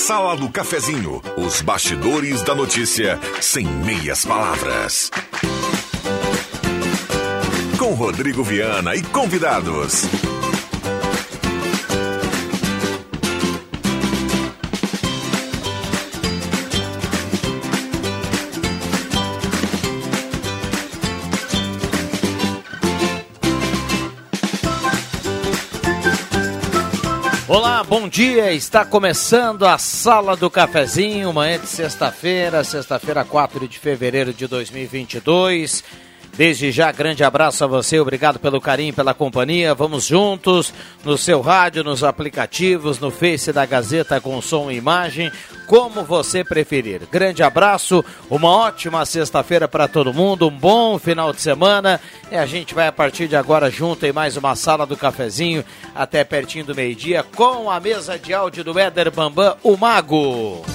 Sala do Cafezinho, os bastidores da notícia sem meias palavras. Com Rodrigo Viana e convidados. Olá, bom dia, está começando a Sala do Cafezinho, manhã de sexta-feira, 4 de fevereiro de 2022. Desde já, grande abraço a você, obrigado pelo carinho, pela companhia. Vamos juntos no seu rádio, nos aplicativos, no Face da Gazeta com som e imagem, como você preferir. Grande abraço, uma ótima sexta-feira para todo mundo, um bom final de semana. E a gente vai a partir de agora junto em mais uma Sala do Cafezinho até pertinho do meio-dia com a mesa de áudio do Éder Bambam, o Mago.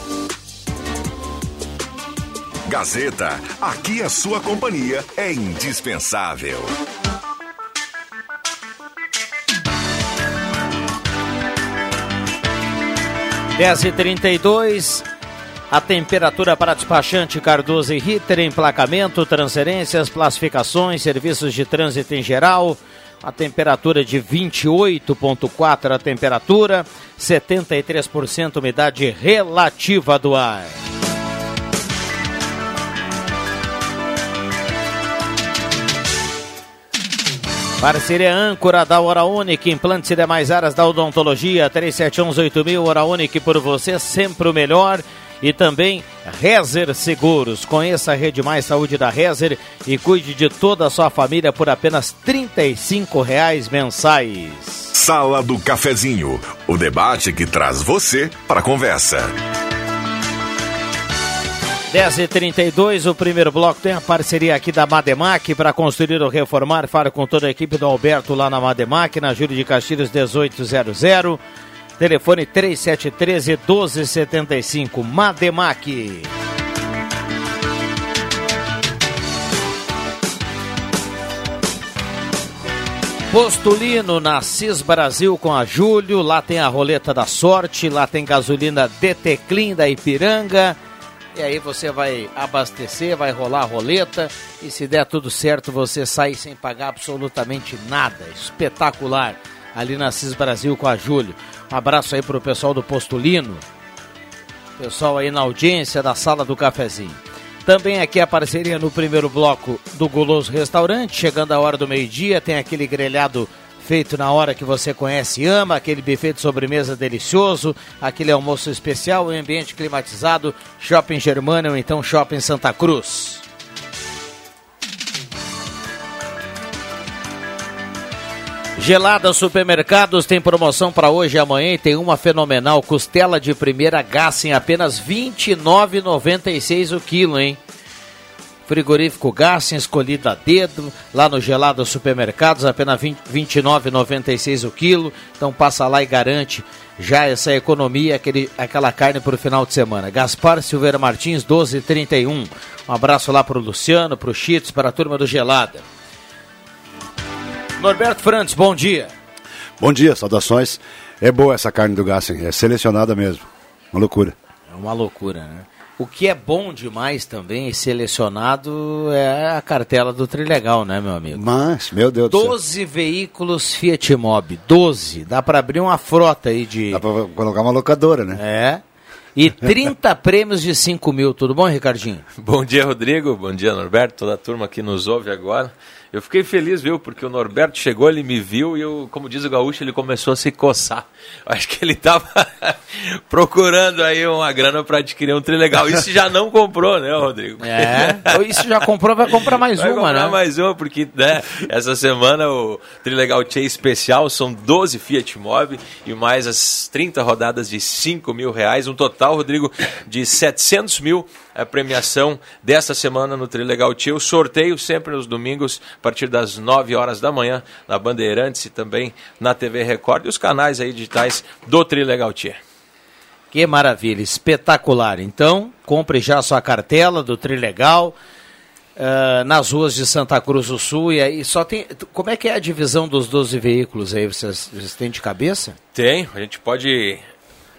Gazeta, aqui a sua companhia é indispensável. Dez e 32, a temperatura para despachante Cardoso e Ritter, emplacamento, transferências, classificações, serviços de trânsito em geral. A temperatura de 28,4 a temperatura, 73% umidade relativa do ar. Parceria âncora da Hora Única, implantes e demais áreas da odontologia, 3711-8000, Hora Única por você, sempre o melhor. E também Rezer Seguros, conheça a Rede Mais Saúde da Rezer e cuide de toda a sua família por apenas R$ 35,00 mensais. Sala do Cafezinho, o debate que traz você para a conversa. 10h32, o primeiro bloco tem a parceria aqui da Mademac para construir ou reformar. Fale com toda a equipe do Alberto lá na Mademac, na Júlio de Castilhos 1800. Telefone 3713-1275. Mademac. Postulino na CIS Brasil com a Júlio. Lá tem a roleta da sorte, lá tem gasolina DT Clean da Ipiranga. E aí você vai abastecer, vai rolar a roleta e se der tudo certo você sai sem pagar absolutamente nada. Espetacular ali na CIS Brasil com a Júlio. Um abraço aí pro pessoal do Postulino, pessoal aí na audiência da Sala do Cafezinho. Também aqui a parceria no primeiro bloco do Guloso Restaurante, chegando a hora do meio-dia, tem aquele grelhado feito na hora que você conhece e ama, aquele buffet de sobremesa delicioso, aquele almoço especial, um ambiente climatizado, Shopping Germana ou então Shopping Santa Cruz. Gelada Supermercados tem promoção para hoje e amanhã e tem uma fenomenal, costela de primeira Gás em apenas R$ 29,96 o quilo, hein? Frigorífico Gás escolhido a dedo, lá no Gelada Supermercados, apenas R$ 29,96 o quilo. Então passa lá e garante já essa economia, aquela carne para o final de semana. Gaspar Silveira Martins, 12,31. Um abraço lá para o Luciano, para o Chitz, para a turma do Gelada. Norberto Frantes, bom dia. Bom dia, saudações. É boa essa carne do Gás, é selecionada mesmo. Uma loucura. É uma loucura, né? O que é bom demais também, selecionado, é a cartela do Trilegal, né, meu amigo? Mas, meu Deus do céu. 12 veículos Fiat Mobi, 12. Dá para abrir uma frota aí de... Dá para colocar uma locadora, né? É. E 30 prêmios de 5 mil. Tudo bom, Ricardinho? Bom dia, Rodrigo. Bom dia, Norberto. Toda a turma que nos ouve agora. Eu fiquei feliz, viu, porque o Norberto chegou, ele me viu e eu, como diz o gaúcho, ele começou a se coçar. Acho que ele estava procurando aí uma grana para adquirir um Trilegal. Isso já não comprou, né, Rodrigo? É, isso já comprou, vai comprar mais vai uma, comprar, né? Vai mais uma, porque né, essa semana o Trilegal Tchê especial são 12 Fiat Mobi e mais as 30 rodadas de R$5 mil. Um total, Rodrigo, de 700 mil a premiação desta semana no Trilegal Tchê. O sorteio sempre nos domingos, a partir das 9 horas da manhã, na Bandeirantes e também na TV Record e os canais aí digitais do Trilegal Tchê. Que maravilha, espetacular. Então, compre já a sua cartela do Trilegal nas ruas de Santa Cruz do Sul. E aí só tem. Como é que é a divisão dos 12 veículos aí? Vocês têm de cabeça? Tem, a gente pode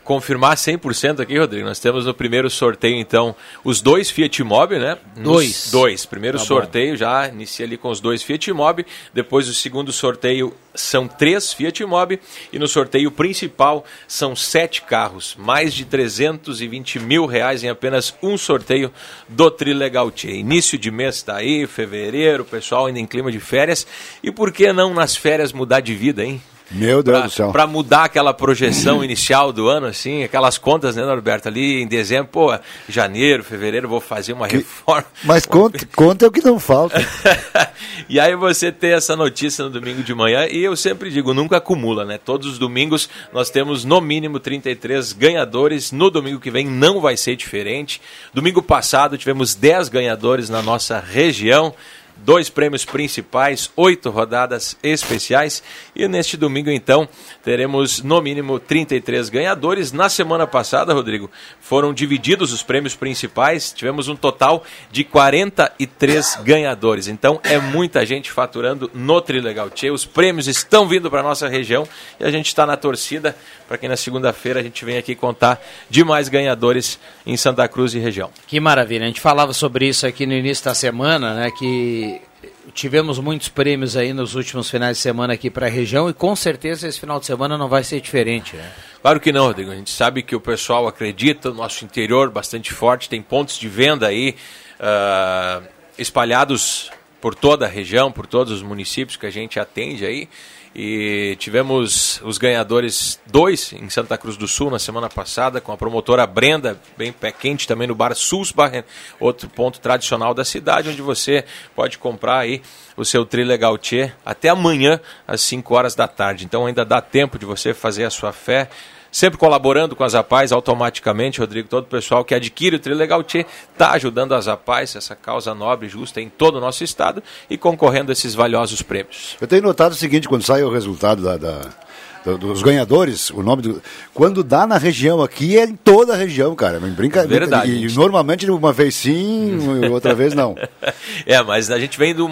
confirmar 100% aqui, Rodrigo. Nós temos no primeiro sorteio, então, os 2 Fiat Mobi, né? Dois. Primeiro sorteio, já inicia ali com os 2 Fiat Mobi. Depois, o segundo sorteio são 3 Fiat Mobi. E no sorteio principal são 7 carros. Mais de 320 mil reais em apenas um sorteio do Trilegal Tchê. Início de mês está aí, fevereiro, o pessoal ainda em clima de férias. E por que não nas férias mudar de vida, hein? Meu Deus do céu. Para mudar aquela projeção inicial do ano, assim, aquelas contas, né, Norberto? Ali em dezembro, janeiro, fevereiro, vou fazer uma reforma. Mas conta é o que não falta. E aí você tem essa notícia no domingo de manhã, e eu sempre digo, nunca acumula, né? Todos os domingos nós temos no mínimo 33 ganhadores, no domingo que vem não vai ser diferente. Domingo passado tivemos 10 ganhadores na nossa região, 2 prêmios principais, 8 rodadas especiais, e neste domingo então teremos no mínimo 33 ganhadores. Na semana passada, Rodrigo, foram divididos os prêmios principais, tivemos um total de 43 ganhadores, então é muita gente faturando no Trilegal Tchê. Os prêmios estão vindo para a nossa região e a gente está na torcida para que na segunda-feira a gente venha aqui contar de mais ganhadores em Santa Cruz e região. Que maravilha, a gente falava sobre isso aqui no início da semana, né, que tivemos muitos prêmios aí nos últimos finais de semana aqui para a região, e com certeza esse final de semana não vai ser diferente, né? Claro que não, Rodrigo, a gente sabe que o pessoal acredita, o nosso interior bastante forte, tem pontos de venda aí espalhados por toda a região, por todos os municípios que a gente atende aí. E tivemos os ganhadores 2 em Santa Cruz do Sul na semana passada, com a promotora Brenda, bem pé quente também no bar Sulzbach, outro ponto tradicional da cidade, onde você pode comprar aí o seu Trilegal Tchê até amanhã às 5 horas da tarde. Então ainda dá tempo de você fazer a sua fé, sempre colaborando com a Zapaz automaticamente, Rodrigo. Todo o pessoal que adquire o Trilegal Tchê está ajudando a Zapaz, essa causa nobre e justa em todo o nosso estado, e concorrendo a esses valiosos prêmios. Eu tenho notado o seguinte, quando sai o resultado dos ganhadores, o nome quando dá na região aqui, é em toda a região, cara. Brinca, verdade. E normalmente uma vez sim, outra vez não. Mas a gente vem de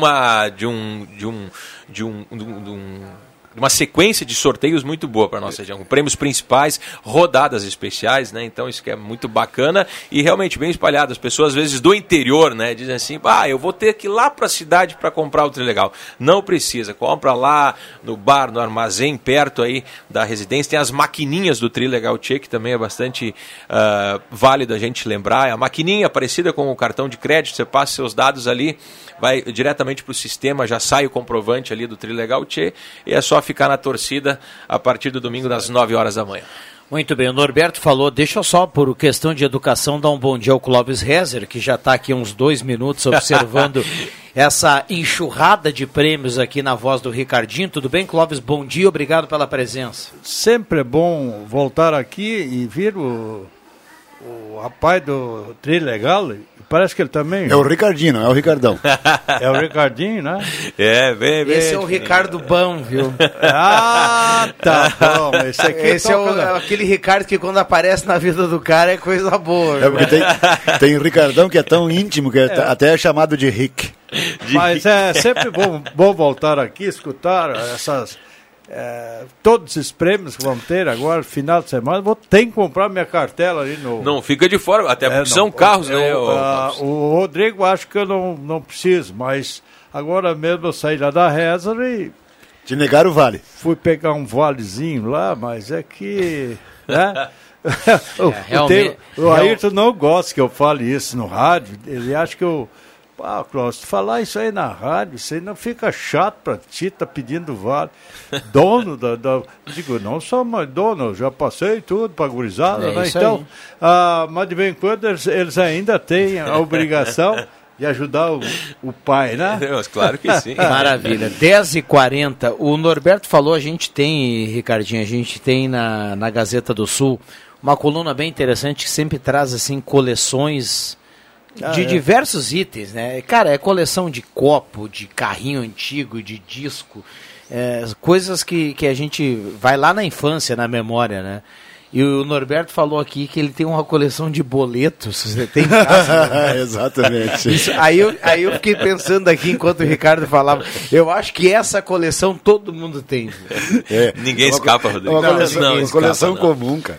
uma sequência de sorteios muito boa para a nossa região, com prêmios principais, rodadas especiais, né? Então isso que é muito bacana e realmente bem espalhado. As pessoas às vezes do interior, né, dizem assim, eu vou ter que ir lá para a cidade para comprar o Trilegal. Não precisa, compra lá no bar, no armazém, perto aí da residência. Tem as maquininhas do Trilegal Tchê, que também é bastante válido a gente lembrar. É a maquininha parecida com o cartão de crédito, você passa seus dados ali, vai diretamente para o sistema, já sai o comprovante ali do Trilegal Tchê, e é só ficar na torcida a partir do domingo das 9 horas da manhã. Muito bem, o Norberto falou, deixa eu só, por questão de educação, dar um bom dia ao Clóvis Rezer, que já está aqui uns 2 minutos observando essa enxurrada de prêmios aqui na voz do Ricardinho. Tudo bem, Clóvis? Bom dia, obrigado pela presença. Sempre é bom voltar aqui e vir o rapaz do Trilegal. Parece que ele também... É o Ricardinho, não é o Ricardão. É o Ricardinho, né? Bem. Esse é o Ricardo Bão, viu? Tá bom. Esse é aquele Ricardo que quando aparece na vida do cara é coisa boa. É porque tem o Ricardão que é tão íntimo que até é chamado de Rick. Mas é sempre bom voltar aqui, escutar todos esses prêmios que vão ter agora, final de semana. Tenho que comprar minha cartela ali no... Não fica de fora, até porque são carros, né? O Rodrigo acho que eu não preciso, mas agora mesmo eu saí lá da Rezer e... Te negaram o vale. Fui pegar um valezinho lá, mas é que... né? O Ayrton não gosta que eu fale isso no rádio, ele acha que eu... Clóvis, falar isso aí na rádio, isso aí não fica chato pra ti, tá pedindo vale. Dono digo, não sou mais dono, eu já passei tudo pra gurizada, né? Então, mas de vez em quando eles ainda têm a obrigação de ajudar o pai, né? Claro que sim. Maravilha. 10h40, o Norberto falou, a gente tem, Ricardinho, a gente tem na Gazeta do Sul uma coluna bem interessante que sempre traz assim coleções de diversos itens, né? Cara, é coleção de copo, de carrinho antigo, de disco, coisas que a gente vai lá na infância, na memória, né? E o Norberto falou aqui que ele tem uma coleção de boletos. Você tem em casa? Né? Exatamente. Isso, aí eu fiquei pensando aqui enquanto o Ricardo falava. Eu acho que essa coleção todo mundo tem. Ninguém escapa, Rodrigo. Uma coleção comum, cara.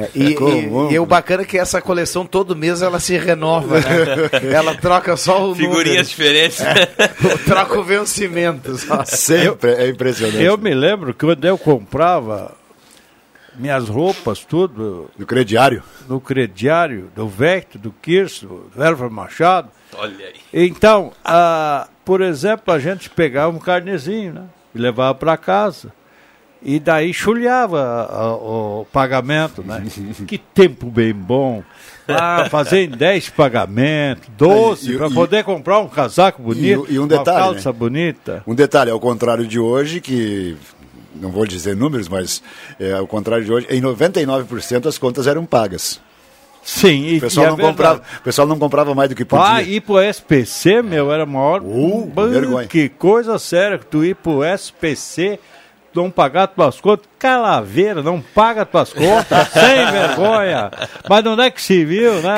E o bacana é que essa coleção todo mês ela se renova, né? Ela troca só o figurinhas diferentes. Troca o vencimento. Só. Sempre, é impressionante. Eu me lembro que quando eu comprava minhas roupas, tudo... No crediário? No crediário, do Vecto, do Kirso, do Elfer Machado. Olha aí. Então, por exemplo, a gente pegava um carnezinho, né? E levava para casa. E daí chulhava o pagamento, né? Que tempo bem bom. Fazer em 10 pagamentos, 12, para poder comprar um casaco bonito, e um detalhe, uma calça né? bonita. Um detalhe, ao contrário de hoje, que... Não vou dizer números, mas ao contrário de hoje, em 99% as contas eram pagas. Sim, e o pessoal não comprava mais do que podia. Ir pro SPC, meu, era maior. Vergonha. Que coisa séria, tu ir pro SPC, não pagar tuas contas. Calaveira, não paga tuas contas, sem vergonha. Mas onde é que se viu, né?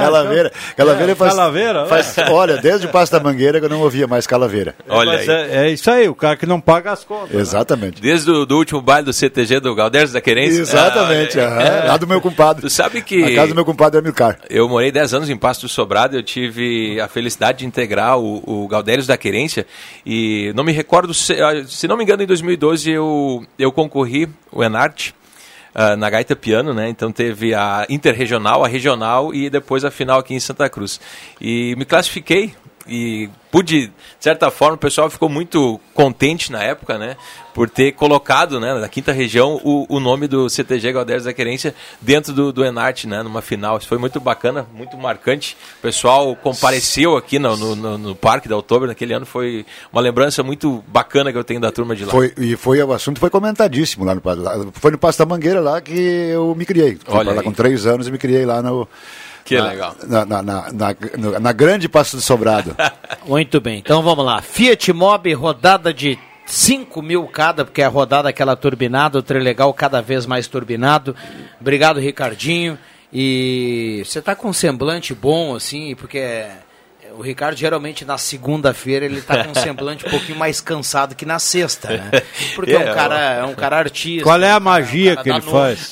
Calaveira faz olha, desde Pasta Mangueira que eu não ouvia mais Calaveira. Olha aí. É isso aí, o cara que não paga as contas. Exatamente. Né? Desde o último baile do CTG do Galdério da Querência. Exatamente, lá do meu compadre. Tu sabe que... A casa do meu compadre é Amilcar. Eu morei 10 anos em Pasto do Sobrado, eu tive a felicidade de integrar o Galdérios da Querência e não me recordo, se não me engano, em 2012 eu concorri o Enarte na Gaita Piano, né? Então teve a interregional, a regional e depois a final aqui em Santa Cruz. E me classifiquei e pude, de certa forma, o pessoal ficou muito contente na época, né? Por ter colocado, né, na quinta região, o nome do CTG Galdérios da Querência dentro do Enarte, né, numa final. Isso foi muito bacana, muito marcante. O pessoal compareceu aqui no Parque da Outubro naquele ano. Foi uma lembrança muito bacana que eu tenho da turma de lá. O assunto foi comentadíssimo lá foi no Pasto da Mangueira lá que eu me criei. Fui lá com 3 anos e me criei lá no... Que legal. Na grande Pasto do Sobrado. Muito bem, então vamos lá. Fiat Mobi, rodada de 5 mil cada, porque é a rodada aquela turbinada, o Trilegal cada vez mais turbinado. Obrigado, Ricardinho. E você tá com um semblante bom, assim, porque o Ricardo geralmente na segunda-feira ele tá com um semblante um pouquinho mais cansado que na sexta, né? Porque é um cara artista. Qual é a magia que ele faz?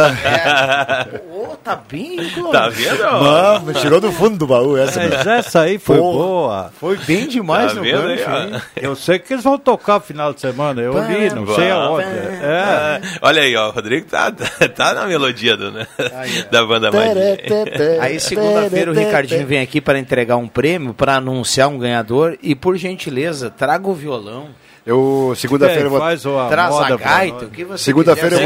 Tá bem, Clóvis. Tá vendo? Não, tirou do fundo do baú essa. Mas essa aí foi boa. Foi bem demais no gancho, hein? Eu sei que eles vão tocar no final de semana. Eu li, não sei aonde. Olha aí, ó, o Rodrigo tá na melodia da banda Magia. Aí segunda-feira o Ricardinho vem aqui para entregar um prêmio, para anunciar um ganhador e, por gentileza, traga o violão. Segunda-feira vou traz a gaita, o que você segunda-feira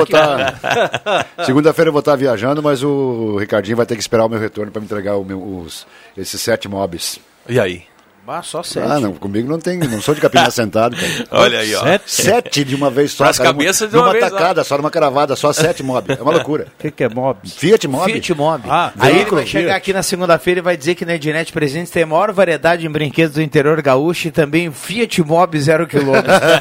eu vou estar viajando, mas o Ricardinho vai ter que esperar o meu retorno para me entregar esses 7 mobs. E aí? Só 7. Não, comigo não sou de capinar sentado, cara. Olha aí, ó. 7 de uma vez só. As cabeças de uma vez. Tacada, só numa cravada, só 7 mob. É uma loucura. O que é mob? Fiat Mob. Fiat Mob. Aí ele vai chegar aqui na segunda-feira e vai dizer que na Ednet Presentes tem a maior variedade em brinquedos do interior gaúcho e também Fiat Mob 0 km.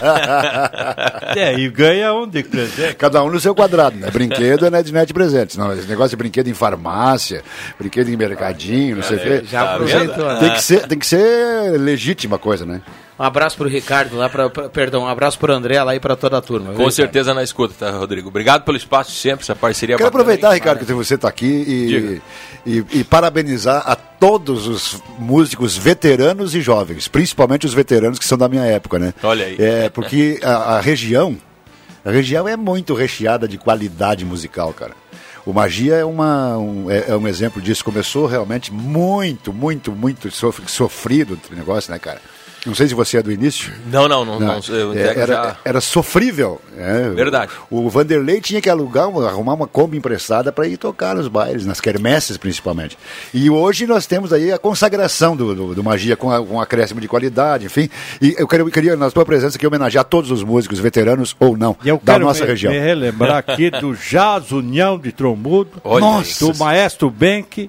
E ganha um de presente. Cada um no seu quadrado, né? Brinquedo é na Ednet Presentes. Não, esse negócio de brinquedo em farmácia, brinquedo em mercadinho, não sei o quê. Já aproveitou. Tem que ser legítima coisa, né? Um abraço pro Ricardo lá, um abraço pro André lá e pra toda a turma. Com certeza na escuta, tá, Rodrigo? Obrigado pelo espaço sempre, essa parceria. Quero aproveitar, Ricardo, que você está aqui e parabenizar a todos os músicos veteranos e jovens, principalmente os veteranos que são da minha época, né? Olha aí. Porque a região é muito recheada de qualidade musical, cara. O Magia é um exemplo disso. Começou realmente muito sofrido o negócio, né, cara? Não sei se você é do início. Não. Era sofrível. Verdade. O Vanderlei tinha que arrumar uma Kombi emprestada para ir tocar nos bailes, nas quermesses principalmente. E hoje nós temos aí a consagração do Magia com um acréscimo de qualidade, enfim. E eu queria, na tua presença, aqui homenagear todos os músicos, veteranos ou não, da nossa região. Eu quero me relembrar aqui do Jazz União de Trombudo, do Maestro Benck,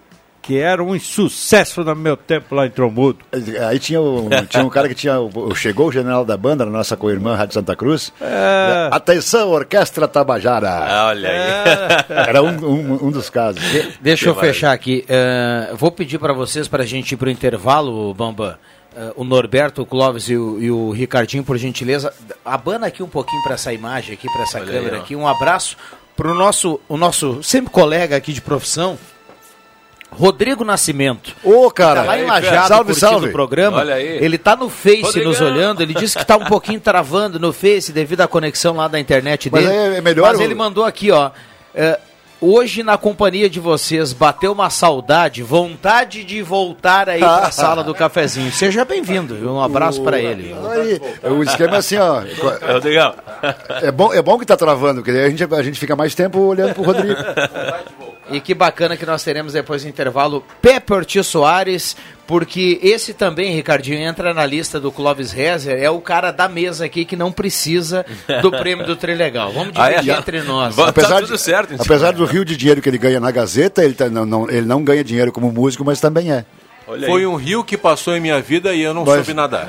que era um sucesso no meu tempo lá em Tromudo. Aí tinha um cara que chegou o general da banda na nossa co-irmã Rádio Santa Cruz. Atenção, Orquestra Tabajara. Olha aí. Era um dos casos. Deixa eu fechar aqui. Vou pedir para vocês, para a gente ir para o intervalo, Bambam. O Norberto, o Clóvis e o Ricardinho, por gentileza. Abana aqui um pouquinho para essa imagem, aqui para essa câmera aqui. Um abraço para o nosso sempre colega aqui de profissão, Rodrigo Nascimento. Cara. Tá lá em Lajado curtindo o programa. Olha aí. Ele tá no Face Rodrigão. nos olhando. Ele disse que tá um pouquinho travando no Face devido à conexão lá da internet dele. Mas é melhor. Mas ele mandou aqui, ó. Hoje, na companhia de vocês, bateu uma saudade, vontade de voltar aí para a sala do cafezinho. Seja bem-vindo, um abraço para ele. Aí, o esquema é assim, ó. Rodrigão. É bom que tá travando, porque aí a gente fica mais tempo olhando pro Rodrigo. E que bacana que nós teremos depois do intervalo Pepe Ortiz Soares, porque esse também, Ricardinho, entra na lista do Clóvis Rezer, é o cara da mesa aqui que não precisa do prêmio do Trilegal. Vamos dividir entre nós. Apesar, tudo certo, então. Apesar do rio de dinheiro que ele ganha na Gazeta, ele não ganha dinheiro como músico, mas também é. Foi um rio que passou em minha vida e eu não soube nadar.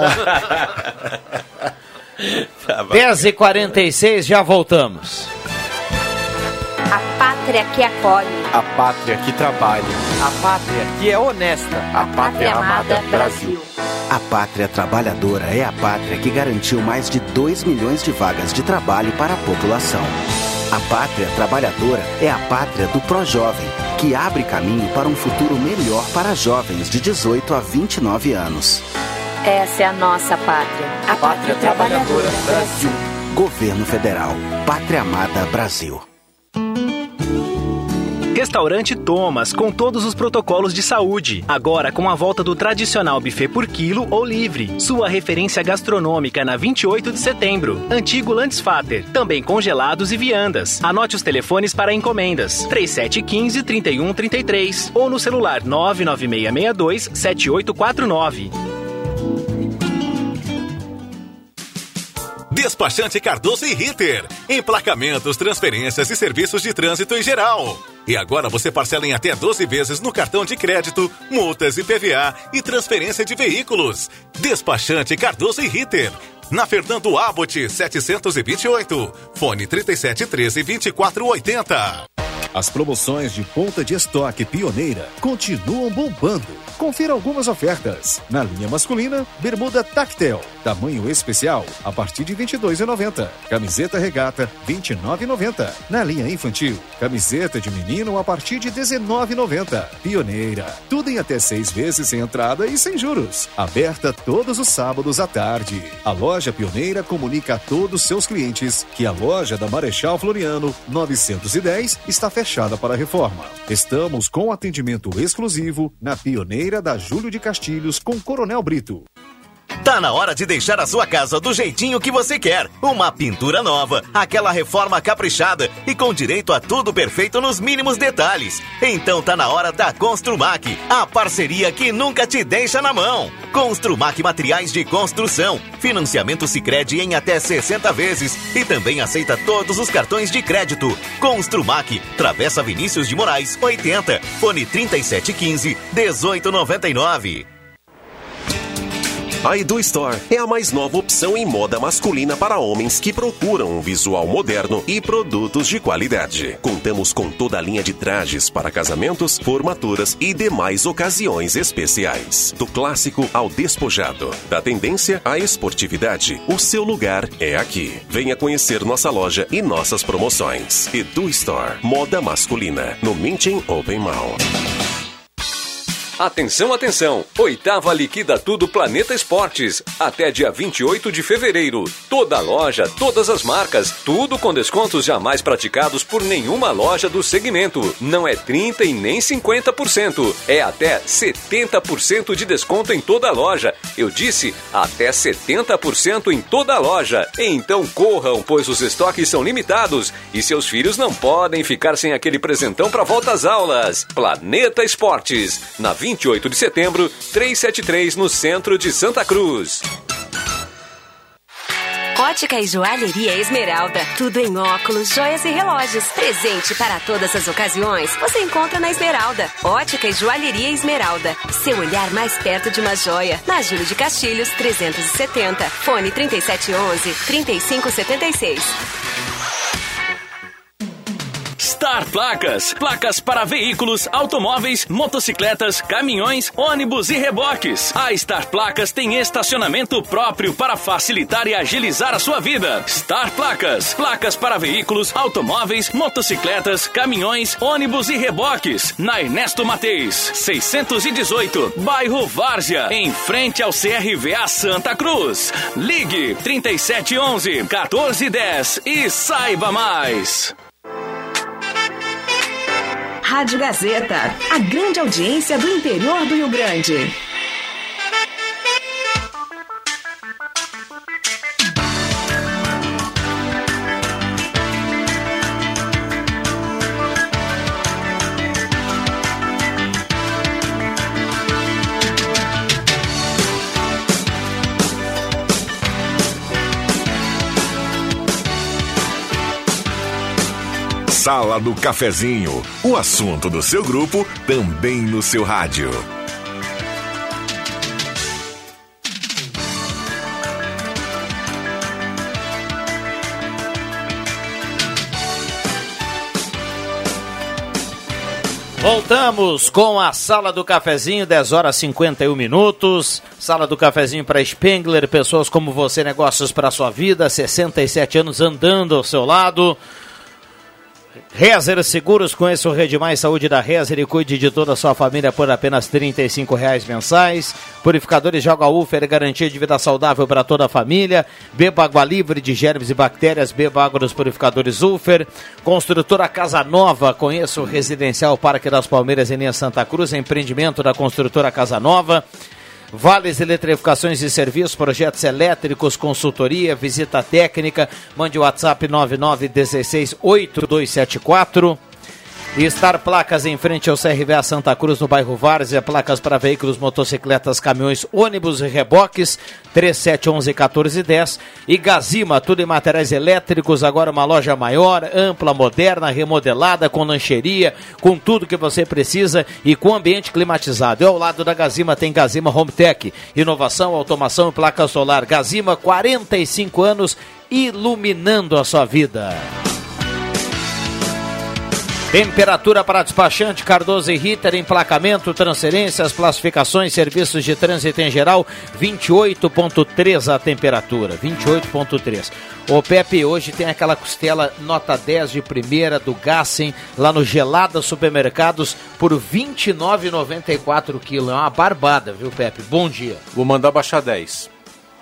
10h46, já voltamos. A pátria que acolhe. A pátria que trabalha. A pátria que é honesta. A pátria amada Brasil. A pátria trabalhadora é a pátria que garantiu mais de 2 milhões de vagas de trabalho para a população. A pátria trabalhadora é a pátria do Projovem, que abre caminho para um futuro melhor para jovens de 18 a 29 anos. Essa é a nossa pátria. A pátria trabalhadora Brasil. Governo Federal. Pátria amada Brasil. Restaurante Thomas, com todos os protocolos de saúde. Agora com a volta do tradicional buffet por quilo ou livre. Sua referência gastronômica na 28 de setembro. Antigo Landsfater, também congelados e viandas. Anote os telefones para encomendas. 3715-3133 ou no celular 99662-7849. Despachante Cardoso e Ritter. Emplacamentos, transferências e serviços de trânsito em geral. E agora você parcela em até 12 vezes no cartão de crédito, multas, IPVA e transferência de veículos. Despachante Cardoso e Ritter. Na Fernando Abbott, 728. Fone 3713-2480. As promoções de ponta de estoque Pioneira continuam bombando. Confira algumas ofertas. Na linha masculina, bermuda Tactel, tamanho especial, a partir de R$ 22,90. Camiseta regata, R$ 29,90. Na linha infantil, camiseta de menino a partir de R$ 19,90. Pioneira, tudo em até 6 vezes sem entrada e sem juros. Aberta todos os sábados à tarde. A loja Pioneira comunica a todos seus clientes que a loja da Marechal Floriano, 910, está fechada para reforma. Estamos com atendimento exclusivo na Pioneira da Júlio de Castilhos com Coronel Brito. Tá na hora de deixar a sua casa do jeitinho que você quer. Uma pintura nova, aquela reforma caprichada e com direito a tudo perfeito nos mínimos detalhes. Então tá na hora da Construmac, a parceria que nunca te deixa na mão. Construmac Materiais de Construção, financiamento Sicredi em até 60 vezes e também aceita todos os cartões de crédito. Construmac, Travessa Vinícius de Moraes, 80, fone 3715-1899. A Edu Store é a mais nova opção em moda masculina para homens que procuram um visual moderno e produtos de qualidade. Contamos com toda a linha de trajes para casamentos, formaturas e demais ocasiões especiais. Do clássico ao despojado, da tendência à esportividade, o seu lugar é aqui. Venha conhecer nossa loja e nossas promoções. Edu Store, moda masculina, no Minchen Open Mall. Atenção, atenção! 8ª Liquida Tudo Planeta Esportes. Até dia 28 de fevereiro. Toda loja, todas as marcas, tudo com descontos jamais praticados por nenhuma loja do segmento. Não é 30% e nem 50%. É até 70% de desconto em toda a loja. Eu disse até 70% em toda a loja. Então corram, pois os estoques são limitados e seus filhos não podem ficar sem aquele presentão para volta às aulas. Planeta Esportes. Na 28 de setembro, 373, no centro de Santa Cruz. Ótica e Joalheria Esmeralda. Tudo em óculos, joias e relógios. Presente para todas as ocasiões. Você encontra na Esmeralda. Ótica e Joalheria Esmeralda. Seu olhar mais perto de uma joia. Na Júlio de Castilhos, 370. Fone 3711-3576. Star Placas. Placas para veículos, automóveis, motocicletas, caminhões, ônibus e reboques. A Star Placas tem estacionamento próprio para facilitar e agilizar a sua vida. Star Placas. Placas para veículos, automóveis, motocicletas, caminhões, ônibus e reboques. Na Ernesto Mateis, 618, bairro Várzea, em frente ao CRVA Santa Cruz. Ligue 3711-1410 e saiba mais. Rádio Gazeta, a grande audiência do interior do Rio Grande. Sala do Cafezinho, o assunto do seu grupo também no seu rádio. Voltamos com a Sala do Cafezinho, 10 horas e 51 minutos. Sala do Cafezinho para Spengler, pessoas como você, negócios para a sua vida, 67 anos andando ao seu lado. Rezer Seguros, conheça o Redmais Saúde da Rezer e cuide de toda a sua família por apenas R$ 35,00 mensais. Purificadores de água Ufer, garantia de vida saudável para toda a família. Beba água livre de germes e bactérias, beba água dos purificadores Ufer. Construtora Casa Nova, conheça o Residencial Parque das Palmeiras em linha Santa Cruz, empreendimento da Construtora Casa Nova. Vales Eletrificações e Serviços, projetos elétricos, consultoria, visita técnica, mande o WhatsApp 99168274. E Star Placas em frente ao CRVA Santa Cruz, no bairro Várzea, placas para veículos, motocicletas, caminhões, ônibus e reboques, 3711-1410. E Gazima, tudo em materiais elétricos, agora uma loja maior, ampla, moderna, remodelada, com lancheria, com tudo que você precisa e com ambiente climatizado. E ao lado da Gazima tem Gazima Home Tech, inovação, automação e placa solar. Gazima, 45 anos, iluminando a sua vida. Temperatura para despachante Cardoso e Ritter, emplacamento, transferências, classificações, serviços de trânsito em geral, 28,3 a temperatura, 28,3. Ô Pepe, hoje tem aquela costela nota 10 de primeira do Gassen, lá no Gelada Supermercados, por R$ 29,94 quilo. É uma barbada, viu, Pepe? Bom dia. Vou mandar baixar 10.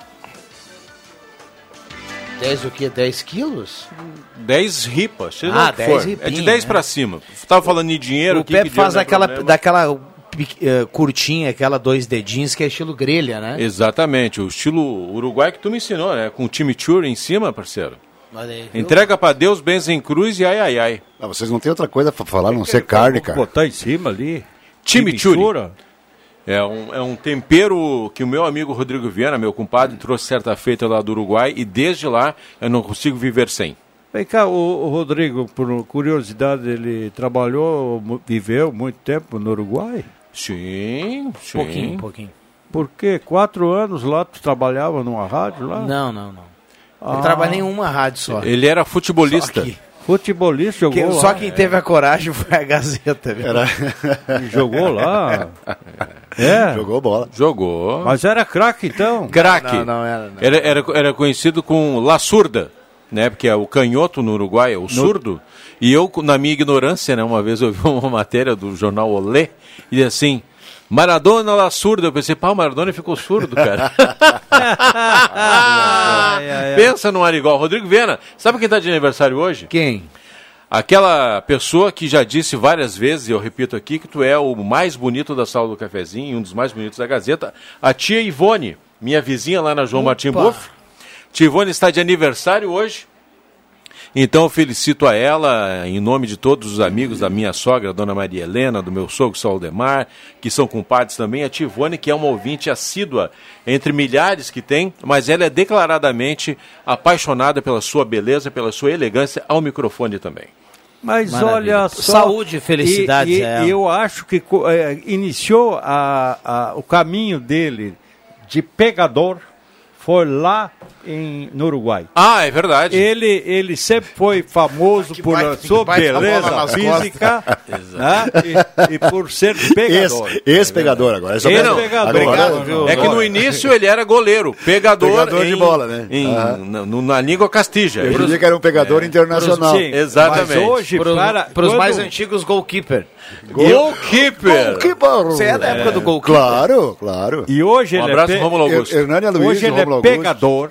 10 o quê? 10 quilos? 10 ripas. 10 ripinhas. É de 10 para cima. Tava falando de dinheiro. O Pepe faz daquela curtinha, aquela 2 dedinhos, que é estilo grelha, né? Exatamente. O estilo uruguai que tu me ensinou, né? Com o chimichurri em cima, parceiro. Aí, entrega para Deus, benzem cruz e ai, ai, ai. Vocês não têm outra coisa para falar, não ser carne, cara. Botar em cima ali. Chimichurri. É um tempero que o meu amigo Rodrigo Viana, meu compadre, trouxe certa feita lá do Uruguai e desde lá eu não consigo viver sem. Vem cá, o Rodrigo, por curiosidade, ele viveu muito tempo no Uruguai? Sim. Pouquinho. Por quê? 4 anos lá, tu trabalhava numa rádio lá? Não. Eu trabalhei em uma rádio só. Ele era futebolista. Futebolista, jogou lá. Só quem teve a coragem foi a Gazeta. Jogou lá. Jogou bola. Jogou. Mas era craque, então? Craque. Não era. Era conhecido com La Surda, né? Porque é o canhoto no Uruguai, é o surdo. E eu, na minha ignorância, né? Uma vez eu vi uma matéria do jornal Olé, e dizia assim, Maradona La Surda. Eu pensei, o Maradona ficou surdo, cara. Pensa num ar igual. Rodrigo Viana, sabe quem está de aniversário hoje? Quem? Aquela pessoa que já disse várias vezes, e eu repito aqui, que tu é o mais bonito da Sala do Cafezinho, um dos mais bonitos da Gazeta, a tia Ivone, minha vizinha lá na João Martim Boff. Tia Ivone está de aniversário hoje. Então eu felicito a ela, em nome de todos os amigos da minha sogra, a dona Maria Helena, do meu sogro Saldemar, que são compadres também, a Tivone, que é uma ouvinte assídua, entre milhares que tem, mas ela é declaradamente apaixonada pela sua beleza, pela sua elegância, ao microfone também. Mas Maravilha. olha só... Saúde e felicidades. E eu acho que iniciou o caminho dele de pegador, foi lá no Uruguai. Ah, é verdade. Ele sempre foi famoso por sua beleza física, né? e por ser pegador. Ex-pegador agora. Pegador. É que no início ele era goleiro. Pegador de bola, né? Na língua castilha. Eu diria que era um pegador internacional. Sim, exatamente. Mas hoje, para os mais antigos, goalkeeper. Goalkeeper! Você é da época do goalkeeper. Claro. E hoje ele abraço, Rômulo Augusto. Hoje ele é pegador,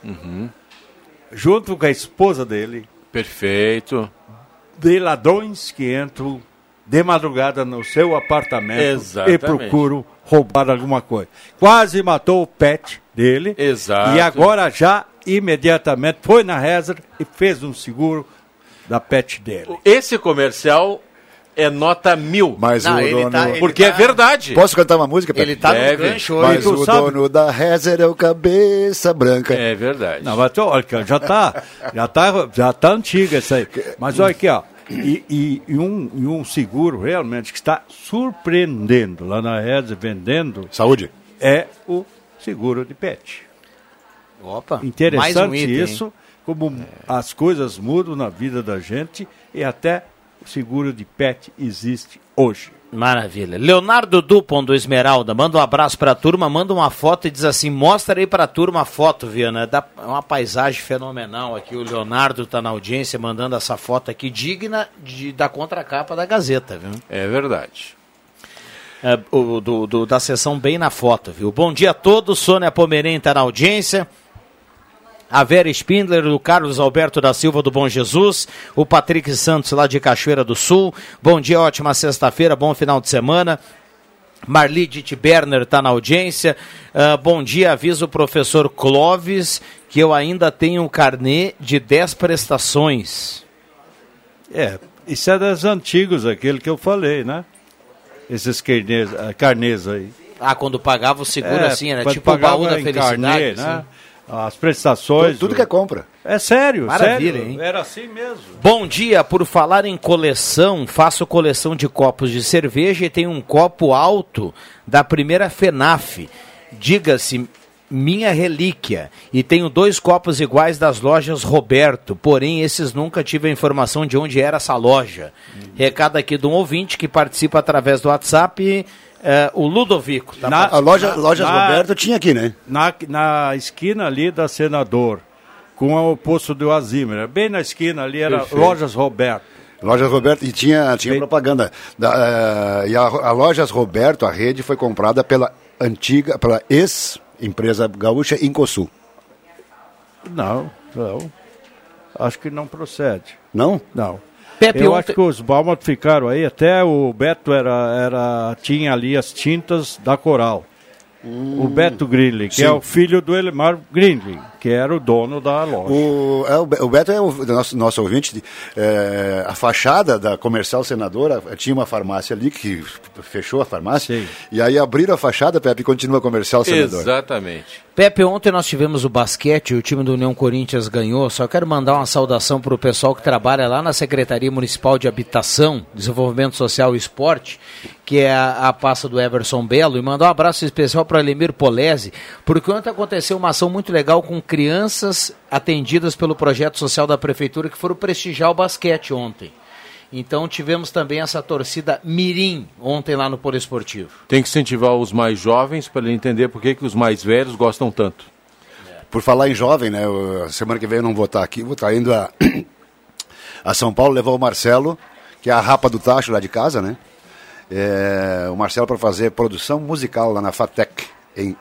junto com a esposa dele. Perfeito. De ladrões que entram de madrugada no seu apartamento. Exatamente. E procuram roubar alguma coisa. Quase matou o pet dele. Exato. E agora já imediatamente foi na Rezer e fez um seguro da pet dele. Esse comercial é nota 1000. Mas não, o dono... Porque é verdade. Posso cantar uma música? Ele tá no gancho hoje. Mas o dono da Rezer é o Cabeça Branca. É verdade. Não, mas olha, já tá antiga essa aí. Mas olha aqui, ó. E um seguro realmente que está surpreendendo lá na Rezer, vendendo. Saúde. É o seguro de pet. Opa. Interessante mais um item, isso, como as coisas mudam na vida da gente e até o seguro de pet existe hoje. Maravilha. Leonardo Dupont do Esmeralda, manda um abraço pra turma, manda uma foto e diz assim, mostra aí pra turma a foto, Viana. É uma paisagem fenomenal aqui, o Leonardo tá na audiência mandando essa foto aqui, digna da contracapa da Gazeta, viu? É verdade. Da sessão bem na foto, viu? Bom dia a todos, Sônia Pomerém tá na audiência. A Vera Spindler, o Carlos Alberto da Silva do Bom Jesus, o Patrick Santos lá de Cachoeira do Sul. Bom dia, ótima sexta-feira, bom final de semana. Marli Dittberner está na audiência. Bom dia, avisa o professor Clóvis que eu ainda tenho um carnê de 10 prestações. Isso é das antigos, aquele que eu falei, né? Esses carnês aí. Quando pagava o seguro assim, era tipo o baú da felicidade. Carnê, assim. né? As prestações. Tudo que é compra. É sério, maravilha, sério. Hein? Era assim mesmo. Bom dia, por falar em coleção, faço coleção de copos de cerveja e tenho um copo alto da primeira FENAF. Diga-se, minha relíquia. E tenho 2 copos iguais das lojas Roberto, porém esses nunca tive a informação de onde era essa loja. Recado aqui de um ouvinte que participa através do WhatsApp. O Ludovico. Tá a lojas Roberto tinha aqui, né? Na esquina ali da Senador, com o posto do Azimmer. Bem na esquina ali era Perfeito. Lojas Roberto. Lojas Roberto, e tinha propaganda. E a Lojas Roberto, a rede, foi comprada pela ex-empresa gaúcha Incosul. Não. Acho que não procede. Não? Não. Eu acho que os Baumat ficaram aí, até o Beto tinha ali as tintas da Coral. O Beto Grinling, que é o filho do Elemar Grinling, que era o dono da loja. O Beto é o nosso ouvinte. A fachada da Comercial Senadora, tinha uma farmácia ali que fechou a farmácia. Sim. E aí abriram a fachada, Pepe, e continua a Comercial Senadora. Exatamente. Pepe, ontem nós tivemos o basquete, o time do União Corinthians ganhou. Só quero mandar uma saudação para o pessoal que trabalha lá na Secretaria Municipal de Habitação, Desenvolvimento Social e Esporte, que é a pasta do Everson Belo, e mandar um abraço especial para Lemir Polese, porque ontem aconteceu uma ação muito legal com crianças atendidas pelo projeto social da Prefeitura que foram prestigiar o basquete ontem. Então tivemos também essa torcida mirim ontem lá no Poliesportivo. Tem que incentivar os mais jovens para ele entender por que os mais velhos gostam tanto. Por falar em jovem, né? Semana que vem eu não vou estar aqui, vou estar indo a São Paulo levar o Marcelo, que é a rapa do tacho lá de casa, né? O Marcelo para fazer produção musical lá na FATEC, em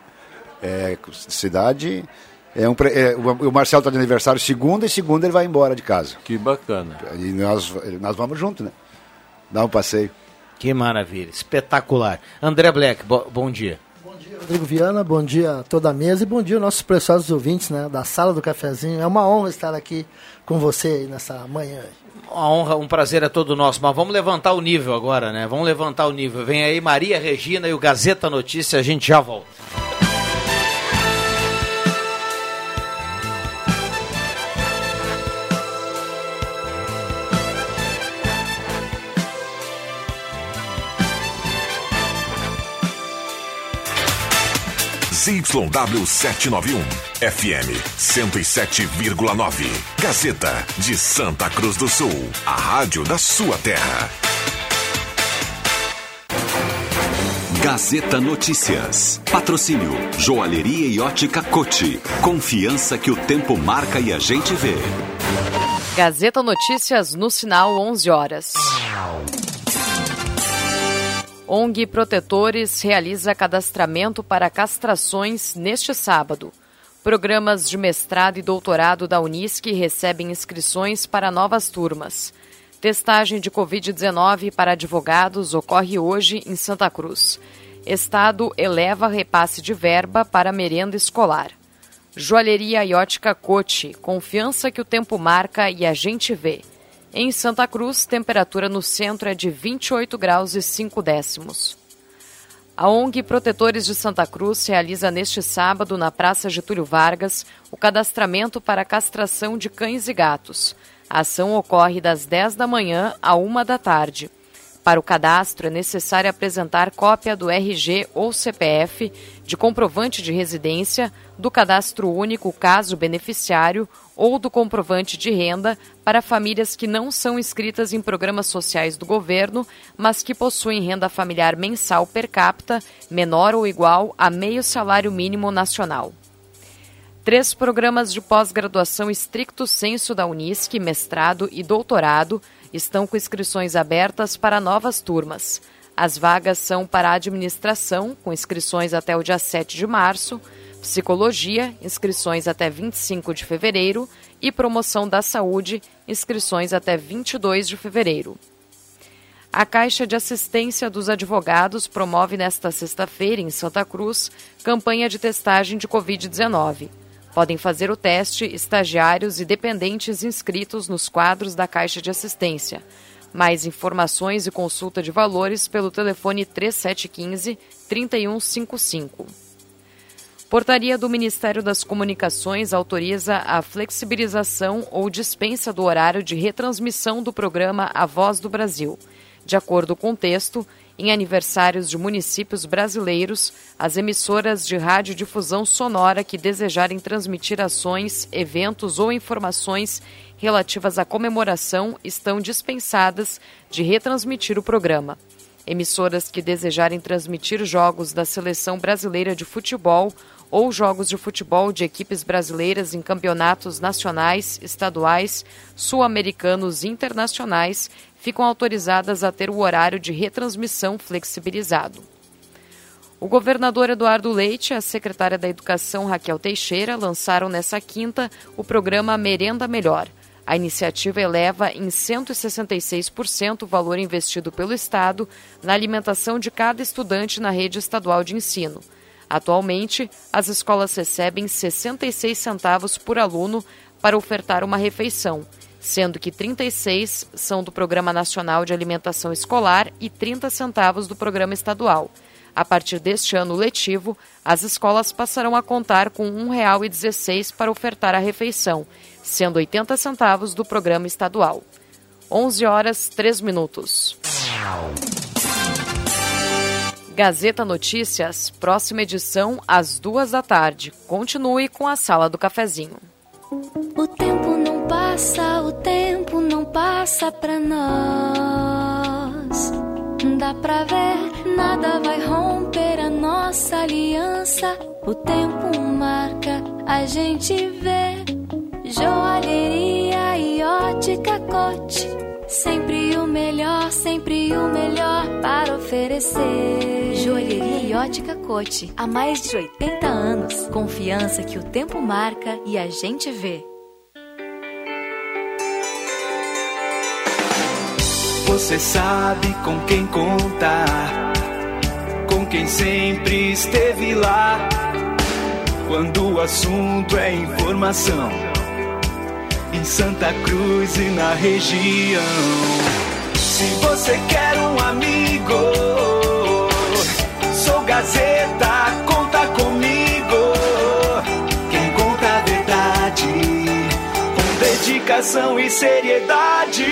cidade. O Marcelo está de aniversário segunda, e segunda ele vai embora de casa. Que bacana. E nós vamos junto, né? Dar um passeio. Que maravilha, espetacular. André Black, bom dia. Bom Rodrigo Viana, bom dia a toda a mesa e bom dia aos nossos preciosos ouvintes, né, da Sala do Cafezinho. É uma honra estar aqui com você aí nessa manhã. Uma honra, um prazer é todo nosso, mas vamos levantar o nível agora, né? Vamos levantar o nível. Vem aí Maria Regina e o Gazeta Notícia, a gente já volta. ZYW 791, FM 107,9. Gazeta de Santa Cruz do Sul, a rádio da sua terra. Gazeta Notícias. Patrocínio Joalheria e Ótica Cote. Confiança que o tempo marca e a gente vê. Gazeta Notícias no sinal 11 horas. ONG Protetores realiza cadastramento para castrações neste sábado. Programas de mestrado e doutorado da Unisc recebem inscrições para novas turmas. Testagem de Covid-19 para advogados ocorre hoje em Santa Cruz. Estado eleva repasse de verba para merenda escolar. Joalheria e Ótica Cote, confiança que o tempo marca e a gente vê. Em Santa Cruz, temperatura no centro é de 28 graus e 5 décimos. A ONG Protetores de Santa Cruz realiza neste sábado, na Praça Getúlio Vargas, o cadastramento para a castração de cães e gatos. A ação ocorre das 10 da manhã à 1 da tarde. Para o cadastro, é necessário apresentar cópia do RG ou CPF, de comprovante de residência, do cadastro único caso beneficiário ou do comprovante de renda para famílias que não são inscritas em programas sociais do governo, mas que possuem renda familiar mensal per capita menor ou igual a meio salário mínimo nacional. 3 programas de pós-graduação estricto sensu da Unisc, mestrado e doutorado, estão com inscrições abertas para novas turmas. As vagas são para administração, com inscrições até o dia 7 de março, psicologia, inscrições até 25 de fevereiro e promoção da saúde, inscrições até 22 de fevereiro. A Caixa de Assistência dos Advogados promove nesta sexta-feira, em Santa Cruz, campanha de testagem de Covid-19. Podem fazer o teste estagiários e dependentes inscritos nos quadros da Caixa de Assistência. Mais informações e consulta de valores pelo telefone 3715-3155. Portaria do Ministério das Comunicações autoriza a flexibilização ou dispensa do horário de retransmissão do programa A Voz do Brasil. De acordo com o texto, em aniversários de municípios brasileiros, as emissoras de radiodifusão sonora que desejarem transmitir ações, eventos ou informações relativas à comemoração estão dispensadas de retransmitir o programa. Emissoras que desejarem transmitir jogos da Seleção Brasileira de Futebol ou jogos de futebol de equipes brasileiras em campeonatos nacionais, estaduais, sul-americanos e internacionais ficam autorizadas a ter o horário de retransmissão flexibilizado. O governador Eduardo Leite e a secretária da Educação Raquel Teixeira lançaram nesta quinta o programa Merenda Melhor. A iniciativa eleva em 166% o valor investido pelo Estado na alimentação de cada estudante na rede estadual de ensino. Atualmente, as escolas recebem 66 centavos por aluno para ofertar uma refeição, sendo que 36 são do Programa Nacional de Alimentação Escolar e 30 centavos do Programa Estadual. A partir deste ano letivo, as escolas passarão a contar com R$ 1,16 para ofertar a refeição, sendo 80 centavos do Programa Estadual. 11h03. Gazeta Notícias, próxima edição às 2 da tarde. Continue com a Sala do Cafezinho. O tempo não passa pra nós. Dá pra ver, nada vai romper a nossa aliança. O tempo marca, a gente vê. Joalheria e Ótica Cote. Sempre o melhor para oferecer. Joalheria e Ótica Cote. Há mais de 80 anos. Confiança que o tempo marca e a gente vê. Você sabe com quem contar, com quem sempre esteve lá. Quando o assunto é informação, em Santa Cruz e na região. Se você quer um amigo, sou Gazeta, conta comigo. Quem conta a verdade, com dedicação e seriedade.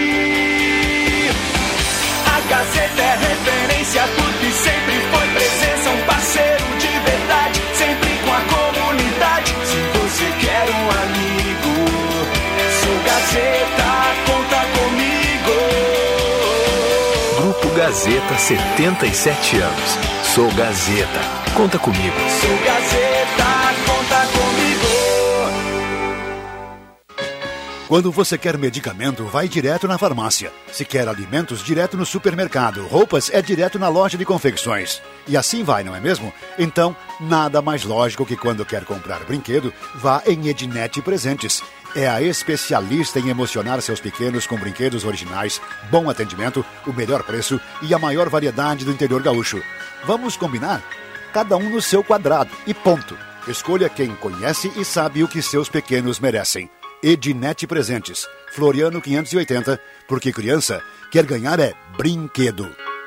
A Gazeta é referência porque sempre foi presença, um parceiro de verdade, sempre com a comunidade. Se você quer um amigo, sou Gazeta, conta comigo. Grupo Gazeta, 77 anos. Sou Gazeta, conta comigo. Sou Gazeta, conta comigo. Quando você quer medicamento, vai direto na farmácia. Se quer alimentos, direto no supermercado. Roupas, é direto na loja de confecções. E assim vai, não é mesmo? Então, nada mais lógico que quando quer comprar brinquedo, vá em Ednet Presentes. É a especialista em emocionar seus pequenos com brinquedos originais, bom atendimento, o melhor preço e a maior variedade do interior gaúcho. Vamos combinar? Cada um no seu quadrado e ponto. Escolha quem conhece e sabe o que seus pequenos merecem. Ednet Presentes, Floriano 580, porque criança quer ganhar é brinquedo.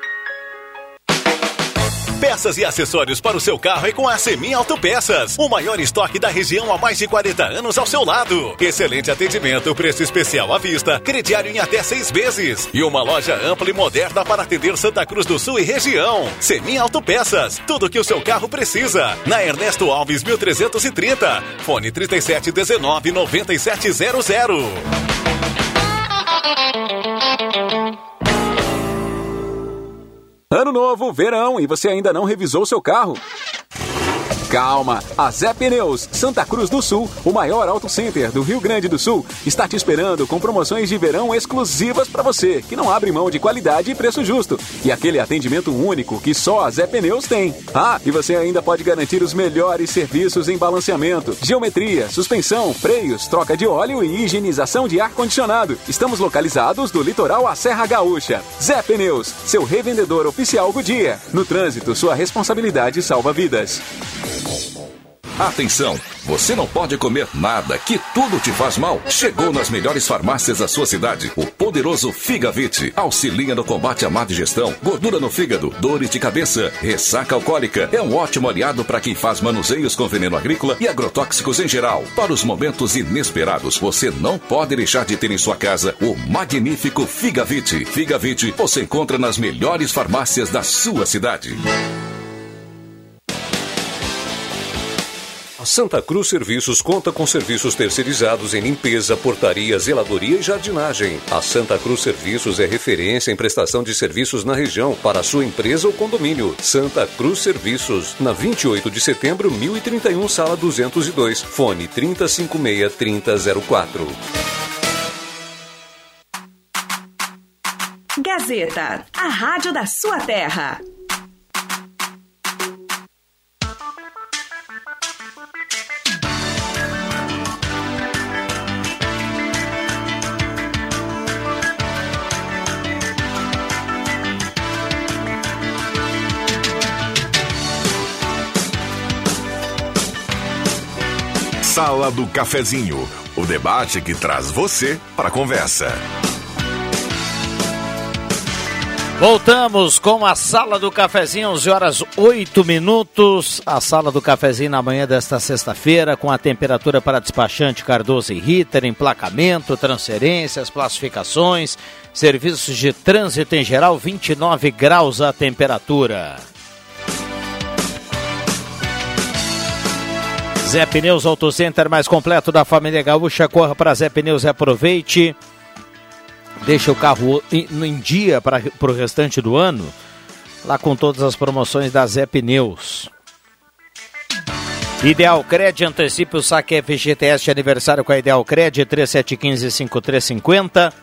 Peças e acessórios para o seu carro é com a Semi Autopeças. O maior estoque da região há mais de 40 anos ao seu lado. Excelente atendimento, preço especial à vista, crediário em até 6 vezes. E uma loja ampla e moderna para atender Santa Cruz do Sul e região. Semi Autopeças, tudo que o seu carro precisa. Na Ernesto Alves 1330. Fone 3719-9700. Ano novo, verão, e você ainda não revisou seu carro? Calma, a Zé Pneus, Santa Cruz do Sul, o maior auto center do Rio Grande do Sul, está te esperando com promoções de verão exclusivas para você, que não abre mão de qualidade e preço justo. E aquele atendimento único que só a Zé Pneus tem. Ah, e você ainda pode garantir os melhores serviços em balanceamento, geometria, suspensão, freios, troca de óleo e higienização de ar-condicionado. Estamos localizados do litoral à Serra Gaúcha. Zé Pneus, seu revendedor oficial Goodyear. No trânsito, sua responsabilidade salva vidas. Atenção, você não pode comer nada, que tudo te faz mal. Chegou nas melhores farmácias da sua cidade, o poderoso Figavit. Auxilia no combate à má digestão, gordura no fígado, dores de cabeça, ressaca alcoólica. É um ótimo aliado para quem faz manuseios com veneno agrícola e agrotóxicos em geral. Para os momentos inesperados, você não pode deixar de ter em sua casa o magnífico Figavit. Figavit você encontra nas melhores farmácias da sua cidade. Santa Cruz Serviços conta com serviços terceirizados em limpeza, portaria, zeladoria e jardinagem. A Santa Cruz Serviços é referência em prestação de serviços na região para a sua empresa ou condomínio. Santa Cruz Serviços, na 28 de setembro, 1031, sala 202, fone 3056-3004. Gazeta, a rádio da sua terra. Sala do Cafezinho, o debate que traz você para a conversa. Voltamos com a Sala do Cafezinho, 11h08. A Sala do Cafezinho na manhã desta sexta-feira, com a temperatura para despachante Cardoso e Ritter, emplacamento, transferências, classificações, serviços de trânsito em geral, 29 graus a temperatura. Zé Pneus Auto Center, mais completo da família gaúcha. Corra para Zé Pneus e aproveite. Deixa o carro em dia para o restante do ano. Lá com todas as promoções da Zé Pneus. Ideal Cred, antecipe o saque FGTS de aniversário com a Ideal Cred, 3715-5350.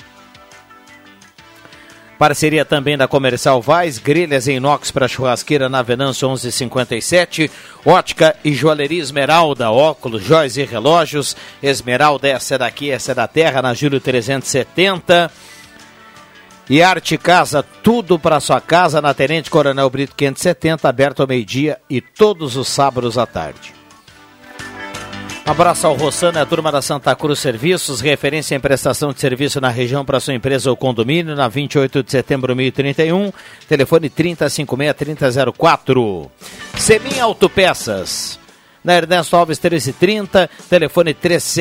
Parceria também da Comercial Vaz, grelhas em inox para churrasqueira na Venâncio 1157, ótica e joalheria Esmeralda, óculos, joias e relógios. Esmeralda, essa é daqui, essa é da terra, na Júlio 370. E Arte Casa, tudo para sua casa, na Tenente Coronel Brito 570, aberto ao meio-dia e todos os sábados à tarde. Um abraço ao Rossano e a turma da Santa Cruz Serviços, referência em prestação de serviço na região para sua empresa ou condomínio, na 28 de setembro 1031, telefone 3056-3004. Semin Autopeças, na Ernesto Alves 1330, telefone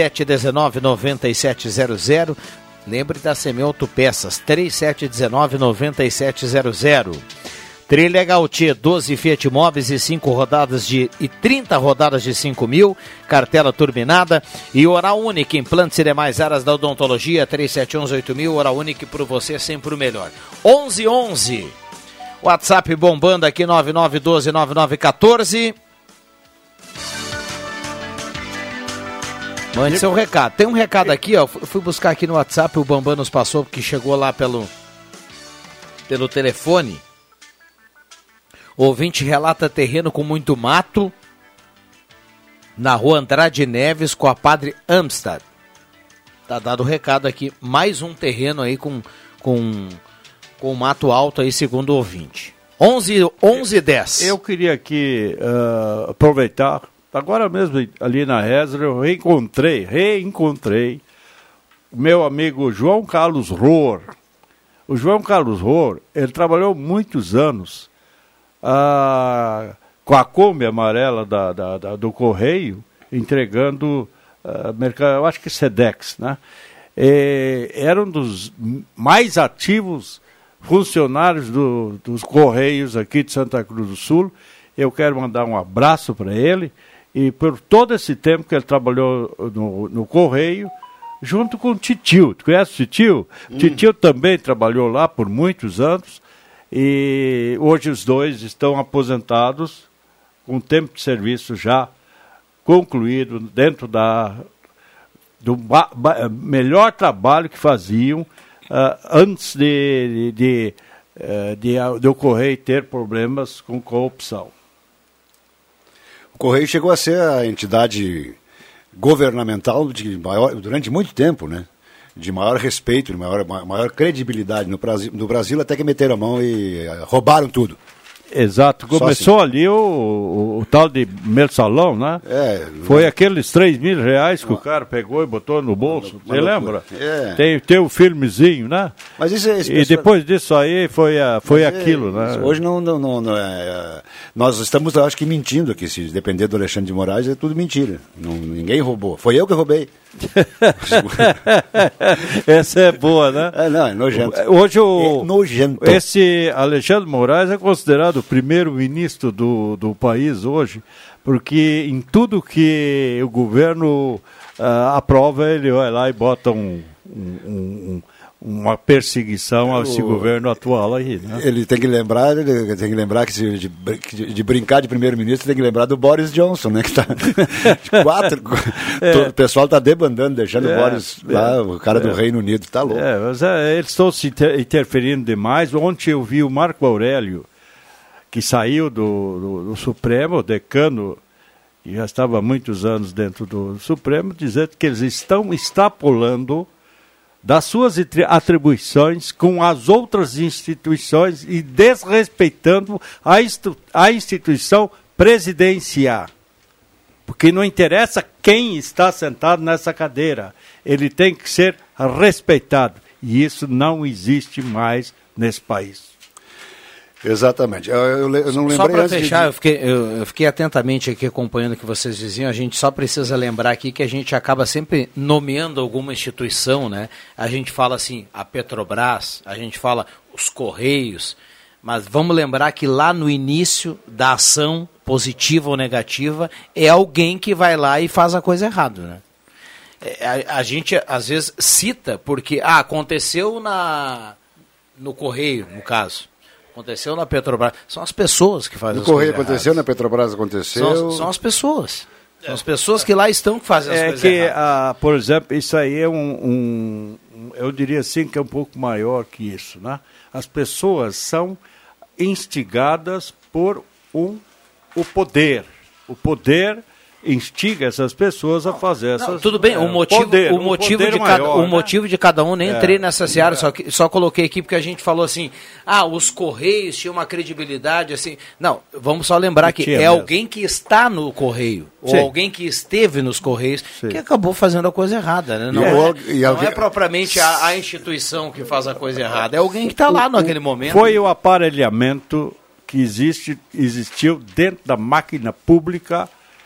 3719-9700. Lembre da Semin Autopeças, 3719-9700. Trilha Gautier, 12 Fiat Móveis e 30 rodadas de 5 mil, cartela turbinada. E Oral Unique, implantes e demais áreas da odontologia, 3711-8000, Oral Unique, por você sempre o melhor. 1111, WhatsApp bombando aqui, 9912-9914. Mande seu recado. Tem um recado aqui, ó. Fui buscar aqui no WhatsApp, o Bambam nos passou, porque chegou lá pelo telefone. O ouvinte relata terreno com muito mato na rua Andrade Neves com a Padre Amstad. Tá dado o recado aqui. Mais um terreno aí com mato alto aí, segundo o ouvinte. 11:10. Eu queria aqui aproveitar. Agora mesmo ali na Rezer eu reencontrei meu amigo João Carlos Rohr. O João Carlos Rohr, ele trabalhou muitos anos com a Kombi amarela do Correio, entregando mercado, eu acho que Sedex, né? Era um dos mais ativos funcionários dos Correios aqui de Santa Cruz do Sul. Eu quero mandar um abraço para ele, e por todo esse tempo que ele trabalhou no Correio, junto com o Titio. Tu conhece o Titio? Titio também trabalhou lá por muitos anos. E hoje os dois estão aposentados, com o tempo de serviço já concluído, dentro do melhor trabalho que faziam antes de o Correio ter problemas com corrupção. O Correio chegou a ser a entidade governamental durante muito tempo, né? De maior respeito, de maior credibilidade no Brasil, até que meteram a mão e roubaram tudo. Exato, começou assim. Ali o tal de mensalão, né? Foi aqueles R$3.000 que o cara pegou e botou no bolso, você lembra? Tem o filmezinho, né? Mas isso e depois disso aí foi aquilo, né? Hoje não nós estamos, acho que, mentindo aqui. Se depender do Alexandre de Moraes, é tudo mentira. Ninguém roubou. Foi eu que roubei. Essa é boa, né? Não, é nojento. Hoje nojento. Esse Alexandre de Moraes é considerado o primeiro-ministro do país hoje, porque em tudo que o governo aprova, ele vai lá e bota uma perseguição a esse governo atual aí, né? Ele tem que lembrar que de brincar de primeiro-ministro, tem que lembrar do Boris Johnson, né? Que tá o pessoal está debandando, deixando o Boris lá, o cara do Reino Unido, tá louco. Mas eles estão se interferindo demais. Ontem eu vi o Marco Aurélio, que saiu do Supremo, o decano, e já estava há muitos anos dentro do Supremo, dizendo que eles estão extrapolando das suas atribuições com as outras instituições e desrespeitando a instituição presidencial. Porque não interessa quem está sentado nessa cadeira, ele tem que ser respeitado. E isso não existe mais nesse país. Exatamente. Eu não lembrei. Só para fechar, eu fiquei atentamente aqui acompanhando o que vocês diziam. A gente só precisa lembrar aqui que a gente acaba sempre nomeando alguma instituição, né? A gente fala assim, a Petrobras, a gente fala os Correios, mas vamos lembrar que lá no início da ação, positiva ou negativa, é alguém que vai lá e faz a coisa errada, né? A gente às vezes cita porque aconteceu no Correio, no caso. Aconteceu na Petrobras. São as pessoas que fazem as coisas erradas. No Correio aconteceu, na Petrobras aconteceu. São as pessoas. São as pessoas que lá estão que fazem as coisas erradas. Por exemplo, isso aí é eu diria assim que é um pouco maior que isso, né? As pessoas são instigadas por o poder. O poder instiga essas pessoas a fazer essas... Tudo bem, o motivo de cada um, nem entrei nessa seara, só coloquei aqui porque a gente falou assim, os Correios tinham uma credibilidade, assim... Não, vamos só lembrar que é alguém que está no Correio, ou alguém que esteve nos Correios, que acabou fazendo a coisa errada, né? Não é propriamente a instituição que faz a coisa errada, é alguém que está lá naquele momento. Foi o aparelhamento que existiu dentro da máquina pública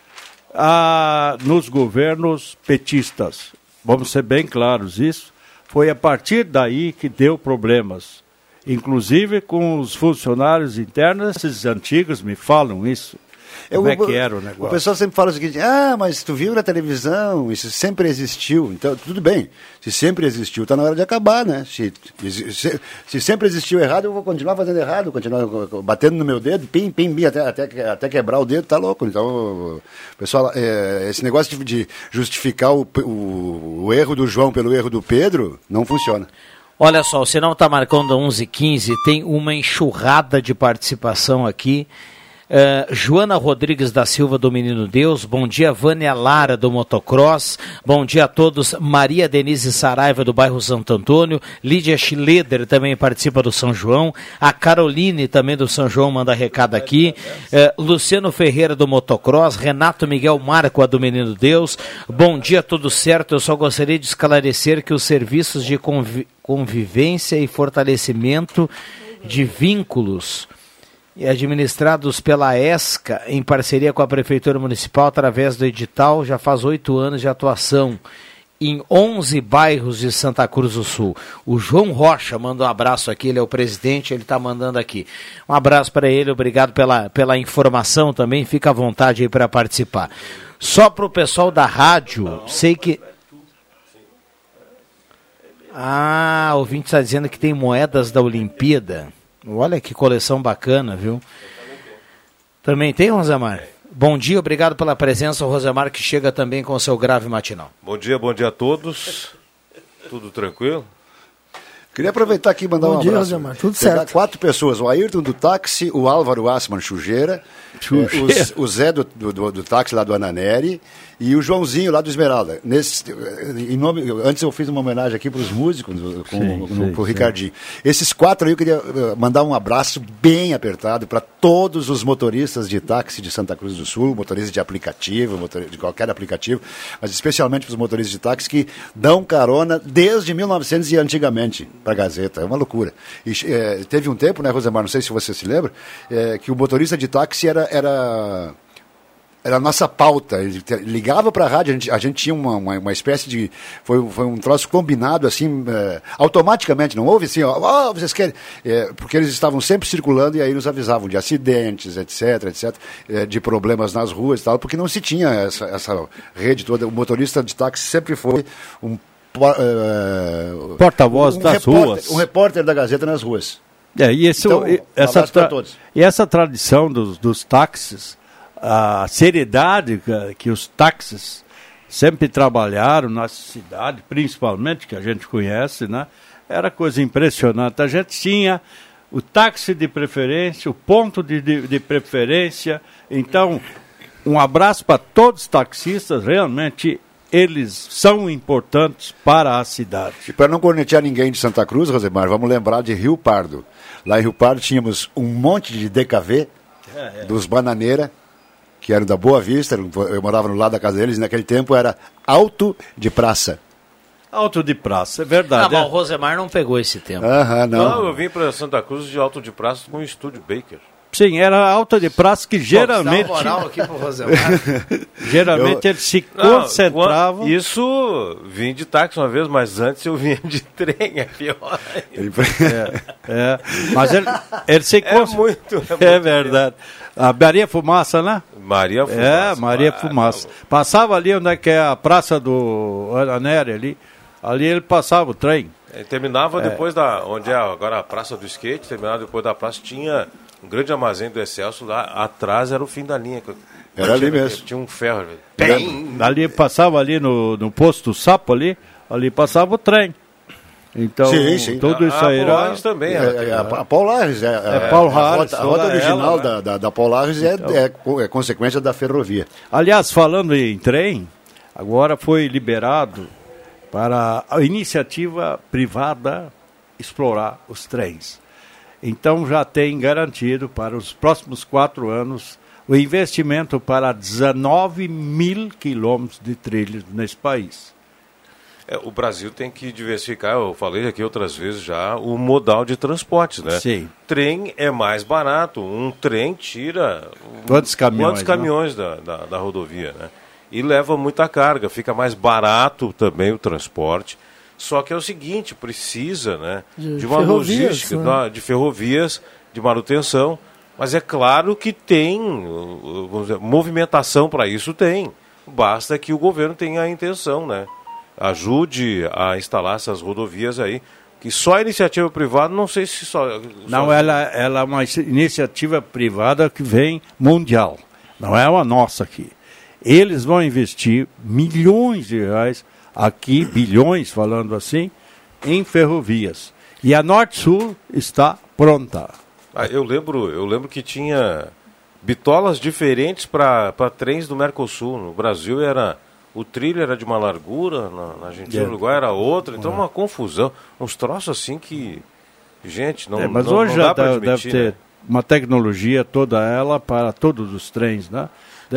nos governos petistas. Vamos ser bem claros, isso foi a partir daí que deu problemas, inclusive com os funcionários internos. Esses antigos me falam isso. Como é que era o negócio? O pessoal sempre fala o seguinte, mas tu viu na televisão, isso sempre existiu. Então, tudo bem, se sempre existiu, está na hora de acabar, né? Se sempre existiu errado, eu vou continuar fazendo errado, continuar batendo no meu dedo, pim, até quebrar o dedo, tá louco. Então, pessoal, esse negócio de justificar o erro do João pelo erro do Pedro, não funciona. Olha só, o sinal está marcando 11h15, tem uma enxurrada de participação aqui. Joana Rodrigues da Silva do Menino Deus, bom dia. Vânia Lara do Motocross, bom dia a todos. Maria Denise Saraiva do bairro Santo Antônio, Lídia Schleder também participa do São João, a Caroline também do São João manda recado aqui, Luciano Ferreira do Motocross, Renato Miguel Marco do Menino Deus, bom dia, tudo certo. Eu só gostaria de esclarecer que os serviços de convivência e fortalecimento de vínculos e administrados pela ESCA, em parceria com a Prefeitura Municipal, através do edital, já faz 8 anos de atuação em 11 bairros de Santa Cruz do Sul. O João Rocha manda um abraço aqui, ele é o presidente, ele está mandando aqui. Um abraço para ele, obrigado pela informação também, fica à vontade aí para participar. Só para o pessoal da rádio, sei que... o ouvinte está dizendo que tem moedas da Olimpíada. Olha que coleção bacana, viu? Também tem, Rosemar? Bom dia, obrigado pela presença, o Rosemar, que chega também com o seu grave matinal. Bom dia a todos. Tudo tranquilo? Queria aproveitar aqui e mandar um abraço. Rosemar, tudo certo. 4 pessoas, o Ayrton do táxi, o Álvaro Assman Chujeira, o Zé do táxi lá do Ananeri e o Joãozinho lá do Esmeralda. Antes eu fiz uma homenagem aqui para os músicos, com o Ricardinho. Esses 4 aí eu queria mandar um abraço bem apertado para todos os motoristas de táxi de Santa Cruz do Sul, motoristas de aplicativo, de qualquer aplicativo, mas especialmente para os motoristas de táxi que dão carona desde 1900 e antigamente para a Gazeta. É uma loucura. E, teve um tempo, né, Rosemar, não sei se você se lembra, que o motorista de táxi era a nossa pauta. Ele ligava para a rádio, a gente tinha uma espécie de... Foi um troço combinado, assim, automaticamente, não houve assim, vocês querem... porque eles estavam sempre circulando e aí nos avisavam de acidentes, etc, de problemas nas ruas e tal, porque não se tinha essa rede toda. O motorista de táxi sempre foi um porta-voz das ruas. Um repórter da Gazeta nas ruas. Essa tradição dos táxis, a seriedade que os táxis sempre trabalharam na cidade, principalmente, que a gente conhece, né? Era coisa impressionante. A gente tinha o táxi de preferência, o ponto de preferência. Então, um abraço para todos os taxistas, realmente eles são importantes para a cidade. E para não cornetear ninguém de Santa Cruz, Rosemar, vamos lembrar de Rio Pardo. Lá em Rio Pardo tínhamos um monte de DKV, dos Bananeira, que eram da Boa Vista, eu morava no lado da casa deles, e naquele tempo era Auto de Praça. Auto de Praça, é verdade. Mas o Rosemar não pegou esse tempo. Não, eu vim para Santa Cruz de Auto de Praça com o Estúdio Baker. Sim, era Auto de Praça que geralmente... aqui pro Rosemar. Geralmente ele se concentrava... Isso, vim de táxi uma vez, mas antes eu vinha de trem, é pior. Mas ele se concentrava... É verdade. A Maria Fumaça, né? Maria Fumaça. Maria Fumaça. Passava ali onde é que é a praça do Ananeri, ali ele passava o trem. Terminava depois onde é agora a Praça do Skate, terminava depois da praça, tinha um grande armazém do Excelso, lá atrás era o fim da linha. Era ali mesmo. Tinha um ferro. Ali passava ali no posto do Sapo ali passava o trem. Então, sim. tudo isso aí... A Polaris também. A Polaris, Polaris, a rota original ela, né? da Polaris é consequência da ferrovia. Aliás, falando em trem, agora foi liberado para a iniciativa privada explorar os trens. Então já tem garantido para os próximos 4 anos o investimento para 19 mil quilômetros de trilhos nesse país. O Brasil tem que diversificar, eu falei aqui outras vezes já, o modal de transportes, né? Sim. Trem é mais barato, um trem tira quantos caminhões da rodovia, né? E leva muita carga, fica mais barato também o transporte. Só que é o seguinte, precisa, né, de uma logística, né? De ferrovias, de manutenção, mas é claro que tem, vamos dizer, movimentação para isso tem. Basta que o governo tenha a intenção, né? Ajude a instalar essas rodovias aí, que só a iniciativa privada, não sei se só... Não, ela é uma iniciativa privada que vem mundial, não é uma nossa aqui. Eles vão investir milhões de reais aqui, bilhões, falando assim, em ferrovias. E a Norte-Sul está pronta. Eu lembro que tinha bitolas diferentes para trens do Mercosul. No Brasil o trilho era de uma largura, na Argentina e Uruguai era outra, então uma confusão. Uns troços assim que, gente, não mas não, hoje não já dá para admitir, deve ter uma tecnologia toda ela para todos os trens, né?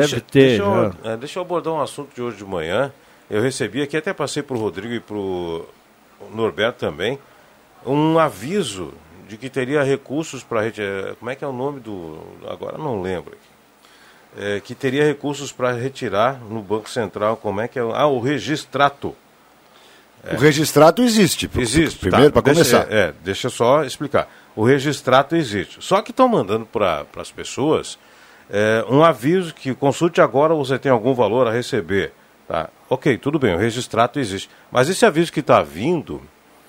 Deixa eu abordar um assunto de hoje de manhã. Eu recebi aqui, até passei para o Rodrigo e para o Norberto também, um aviso de que teria recursos para... Como é que é o nome do... Agora não lembro. Que teria recursos para retirar no Banco Central. Como é que é? O registrato. O registrato existe. Existe. Primeiro, para começar. Deixa eu só explicar. O registrato existe. Só que estão mandando para as pessoas um aviso que consulte agora, você tem algum valor a receber. Tá? Ok, tudo bem, o registrato existe. Mas esse aviso que está vindo,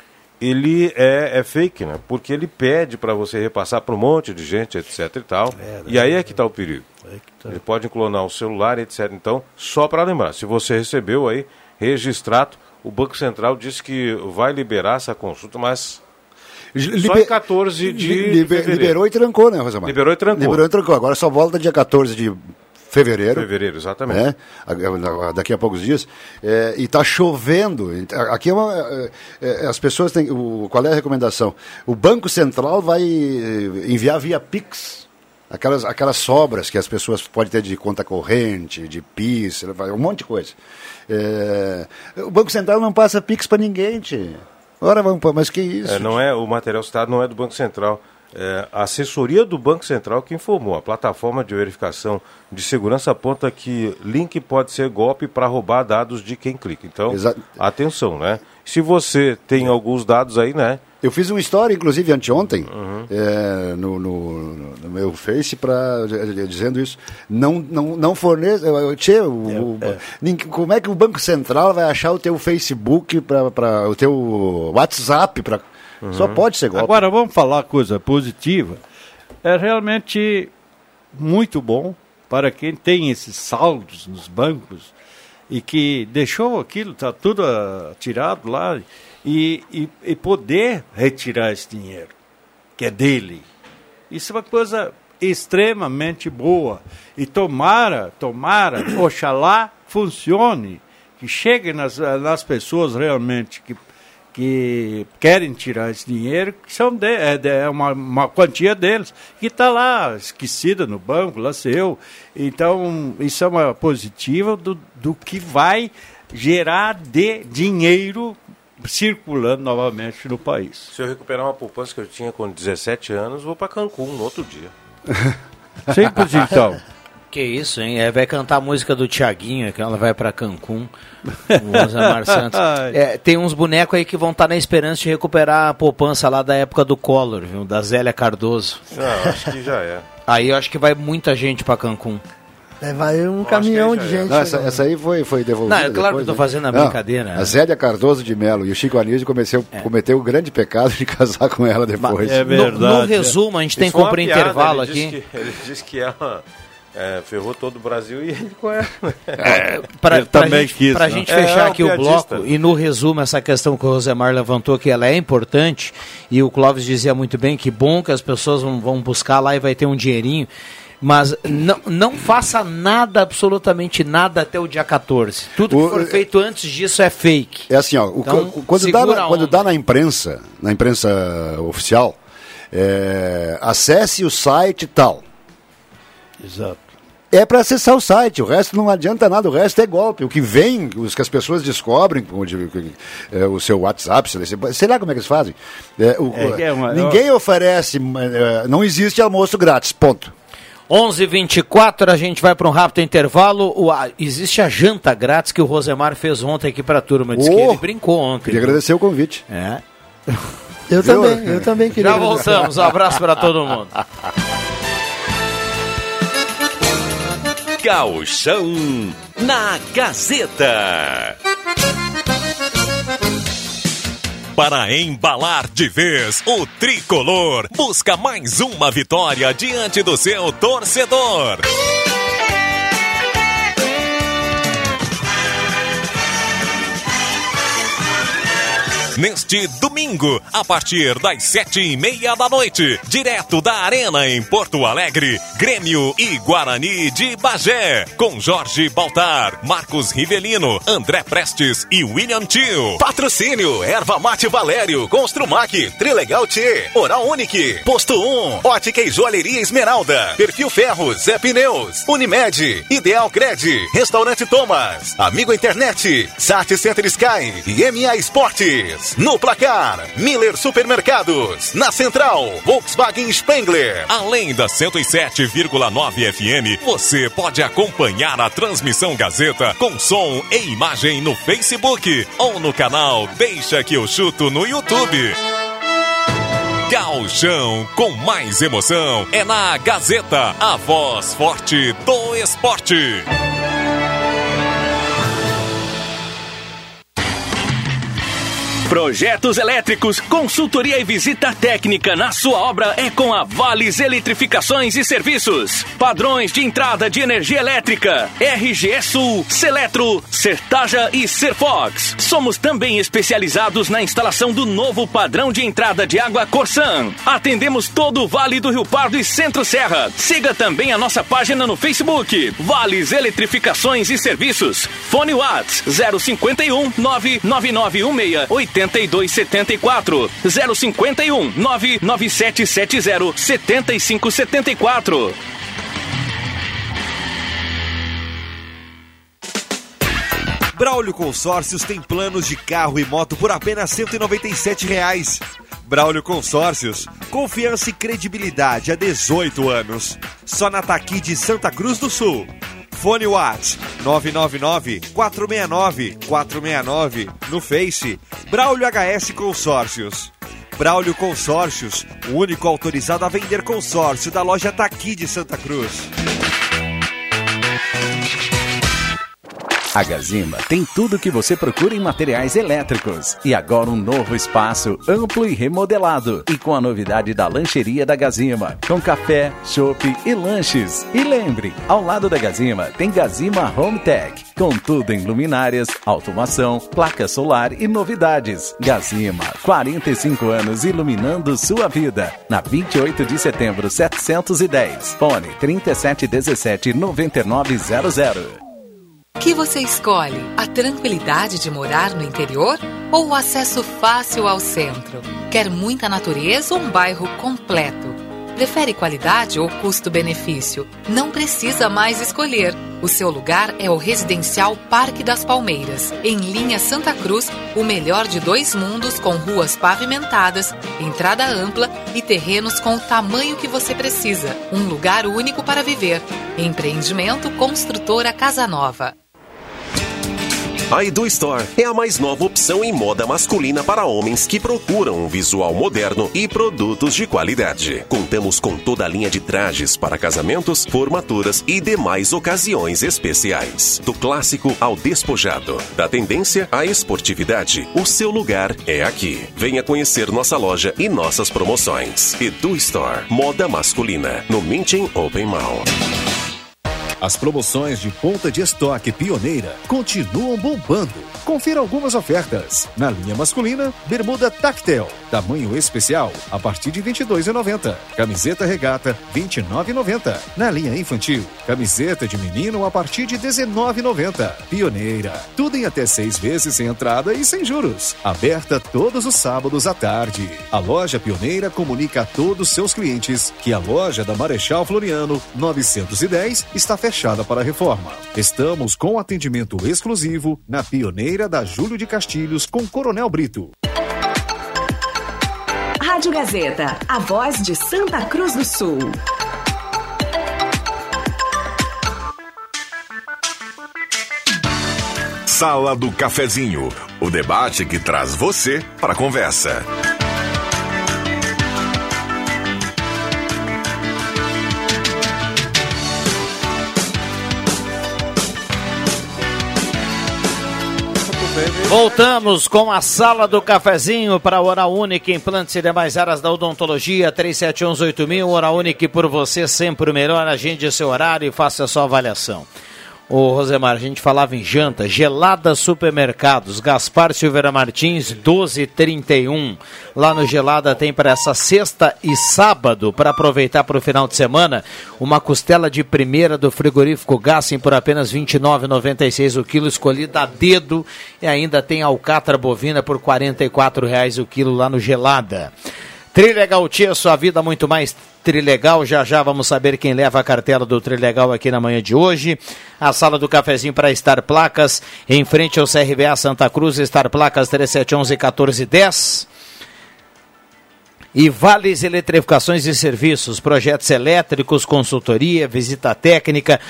ele é fake, né? Porque ele pede para você repassar para um monte de gente, etc e tal. E aí é que está o perigo. Ele pode clonar o celular, etc. Então, só para lembrar, se você recebeu aí registrato, o Banco Central disse que vai liberar essa consulta, mas só em 14 de fevereiro. Liberou e trancou, né, Rosamar? Liberou e trancou. Agora só volta dia 14 de fevereiro. Fevereiro, exatamente. Né? Daqui a poucos dias. E está chovendo. Aqui as pessoas têm... Qual é a recomendação? O Banco Central vai enviar via Pix aquelas sobras que as pessoas podem ter de conta corrente, de PIS, um monte de coisa. O Banco Central não passa Pix para ninguém, tio. Ora, mas que isso? O material citado não é do Banco Central. A assessoria do Banco Central que informou. A plataforma de verificação de segurança aponta que link pode ser golpe para roubar dados de quem clica. Então, atenção, né? Se você tem alguns dados aí, né? Eu fiz uma história, inclusive, anteontem, no meu Face, dizendo isso. Não fornece... como é que o Banco Central vai achar o teu Facebook, o teu WhatsApp? Só pode ser golpe. Agora, vamos falar coisa positiva. É realmente muito bom para quem tem esses saldos nos bancos e que deixou aquilo, está tudo tirado lá, e poder retirar esse dinheiro, que é dele. Isso é uma coisa extremamente boa. E tomara, oxalá funcione, que chegue nas pessoas realmente que querem tirar esse dinheiro, que são uma quantia deles, que está lá esquecida no banco, lá seu. Então, isso é uma positiva do que vai gerar de dinheiro circulando novamente no país. Se eu recuperar uma poupança que eu tinha com 17 anos, vou para Cancún no outro dia. Simples, então. Que isso, hein? Vai cantar a música do Thiaguinho, que ela vai pra Cancún, o Rosamar Santos. Tem uns bonecos aí que vão estar na esperança de recuperar a poupança lá da época do Collor, viu? Da Zélia Cardoso. Não, acho que já é. Aí eu acho que vai muita gente pra Cancún. Vai um caminhão de gente. Não, essa aí foi devolvida. Não, é claro que eu tô fazendo a brincadeira. A Zélia Cardoso de Mello e o Chico Anísio cometeu o grande pecado de casar com ela depois. É verdade. No resumo, a gente tem que cumprir intervalo aqui. Ele disse que ela ferrou todo o Brasil e ele com ela. Pra gente fechar aqui o bloco, e no resumo, essa questão que o Rosemar levantou, que ela é importante, e o Clóvis dizia muito bem que bom que as pessoas vão buscar lá e vai ter um dinheirinho, mas não faça nada, absolutamente nada até o dia 14. Tudo que for feito antes disso é fake. É assim, ó, então, quando dá na imprensa oficial, acesse o site e tal. Exato. É para acessar o site, o resto não adianta nada, o resto é golpe. O que vem, os que as pessoas descobrem, o seu WhatsApp, sei lá como é que eles fazem. Ninguém oferece, não existe almoço grátis, ponto. 11h24, a gente vai para um rápido intervalo. Existe a janta grátis que o Rosemar fez ontem aqui para a turma. Diz que ele brincou ontem. Queria agradecer o convite. Eu também queria. Já voltamos, um abraço para todo mundo. Gauchão na Gazeta. Para embalar de vez, o tricolor busca mais uma vitória diante do seu torcedor. Neste domingo, a partir das 7h30 da noite, direto da Arena em Porto Alegre, Grêmio e Guarani de Bagé, com Jorge Baltar, Marcos Rivelino, André Prestes e William Tio. Patrocínio, Erva Mate Valério, Construmac, Trilegal T, Oral Unique, Posto 1, Ótica e Joalheria Esmeralda, Perfil Ferros, Zé Pneus, Unimed, Ideal Cred, Restaurante Thomas, Amigo Internet, Sat Center Sky e MA Esportes. No placar, Miller Supermercados. Na central, Volkswagen Spengler. Além da 107,9 FM, você pode acompanhar a transmissão Gazeta com som e imagem no Facebook ou no canal Deixa que eu chuto no YouTube. Gauchão com mais emoção é na Gazeta, a voz forte do esporte. Projetos elétricos, consultoria e visita técnica na sua obra é com a Vales Eletrificações e Serviços. Padrões de entrada de energia elétrica, RGE Sul, Seletro, Sertaja e Serfox. Somos também especializados na instalação do novo padrão de entrada de água Corsan. Atendemos todo o Vale do Rio Pardo e Centro-Serra. Siga também a nossa página no Facebook, Vales Eletrificações e Serviços. Fone Whats 051 99916 8274 051 99770 7574. Braulio Consórcios tem planos de carro e moto por apenas R$ 197. Braulio Consórcios, confiança e credibilidade há 18 anos. Só na Taqui de Santa Cruz do Sul. Fone Whats 999-469-469. No Face, Braulio HS Consórcios. Braulio Consórcios, o único autorizado a vender consórcio da loja Taqui de Santa Cruz. A Gazima tem tudo o que você procura em materiais elétricos. E agora um novo espaço, amplo e remodelado. E com a novidade da lancheria da Gazima, com café, chopp e lanches. E lembre, ao lado da Gazima tem Gazima Home Tech, com tudo em luminárias, automação, placa solar e novidades. Gazima, 45 anos iluminando sua vida. Na 28 de setembro, 710. Fone 3717-9900. O que você escolhe? A tranquilidade de morar no interior ou o acesso fácil ao centro? Quer muita natureza ou um bairro completo? Prefere qualidade ou custo-benefício? Não precisa mais escolher. O seu lugar é o Residencial Parque das Palmeiras, em linha Santa Cruz, o melhor de dois mundos, com ruas pavimentadas, entrada ampla e terrenos com o tamanho que você precisa. Um lugar único para viver. Empreendimento Construtora Casa Nova. A Edu Store é a mais nova opção em moda masculina para homens que procuram um visual moderno e produtos de qualidade. Contamos com toda a linha de trajes para casamentos, formaturas e demais ocasiões especiais. Do clássico ao despojado, da tendência à esportividade, o seu lugar é aqui. Venha conhecer nossa loja e nossas promoções. Edu Store, moda masculina, no Minting Open Mall. As promoções de ponta de estoque Pioneira continuam bombando. Confira algumas ofertas. Na linha masculina, bermuda Tactel, tamanho especial, a partir de R$ 22,90. Camiseta regata, R$ 29,90. Na linha infantil, camiseta de menino a partir de R$ 19,90. Pioneira, tudo em até 6 vezes sem entrada e sem juros. Aberta todos os sábados à tarde. A loja Pioneira comunica a todos seus clientes que a loja da Marechal Floriano 910 está fechada para reforma. Estamos com atendimento exclusivo na Pioneira da Júlio de Castilhos com Coronel Brito. Rádio Gazeta, a voz de Santa Cruz do Sul. Sala do Cafezinho, o debate que traz você para a conversa. Voltamos com a Sala do Cafezinho para a Oral Unique, implantes e demais áreas da odontologia, 3711-8000, Oral Unique por você, sempre o melhor. Agende seu horário e faça a sua avaliação. Ô Rosemar, a gente falava em janta, Gelada Supermercados, Gaspar Silveira Martins, 12h31. Lá no Gelada tem para essa sexta e sábado, para aproveitar para o final de semana, uma costela de primeira do frigorífico Gassen por apenas R$ 29,96 o quilo, escolhida a dedo, e ainda tem alcatra bovina por R$ 44,00 o quilo lá no Gelada. Trilegal Tia, sua vida muito mais Trilegal. Já já vamos saber quem leva a cartela do Trilegal aqui na manhã de hoje. A Sala do Cafezinho para Star Placas, em frente ao CRVA Santa Cruz, Star Placas 3711-1410. E Vales Eletrificações e Serviços, projetos elétricos, consultoria, visita técnica,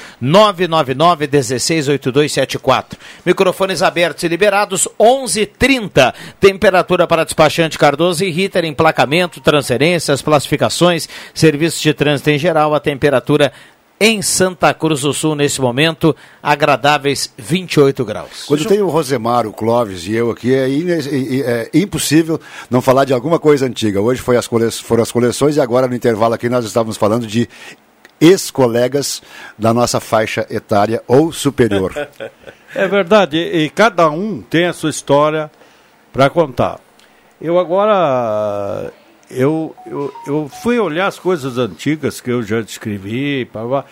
999-168274. Microfones abertos e liberados, 11h30. Temperatura para despachante Cardoso e Ritter, emplacamento, transferências, classificações, serviços de trânsito em geral, a temperatura em Santa Cruz do Sul, nesse momento, agradáveis 28 graus. Quando tem o Rosemar, o Clóvis e eu aqui, é impossível não falar de alguma coisa antiga. Hoje foram as coleções e agora no intervalo aqui nós estávamos falando de ex-colegas da nossa faixa etária ou superior. É verdade, e cada um tem a sua história para contar. Eu agora... Eu fui olhar as coisas antigas que eu já descrevi,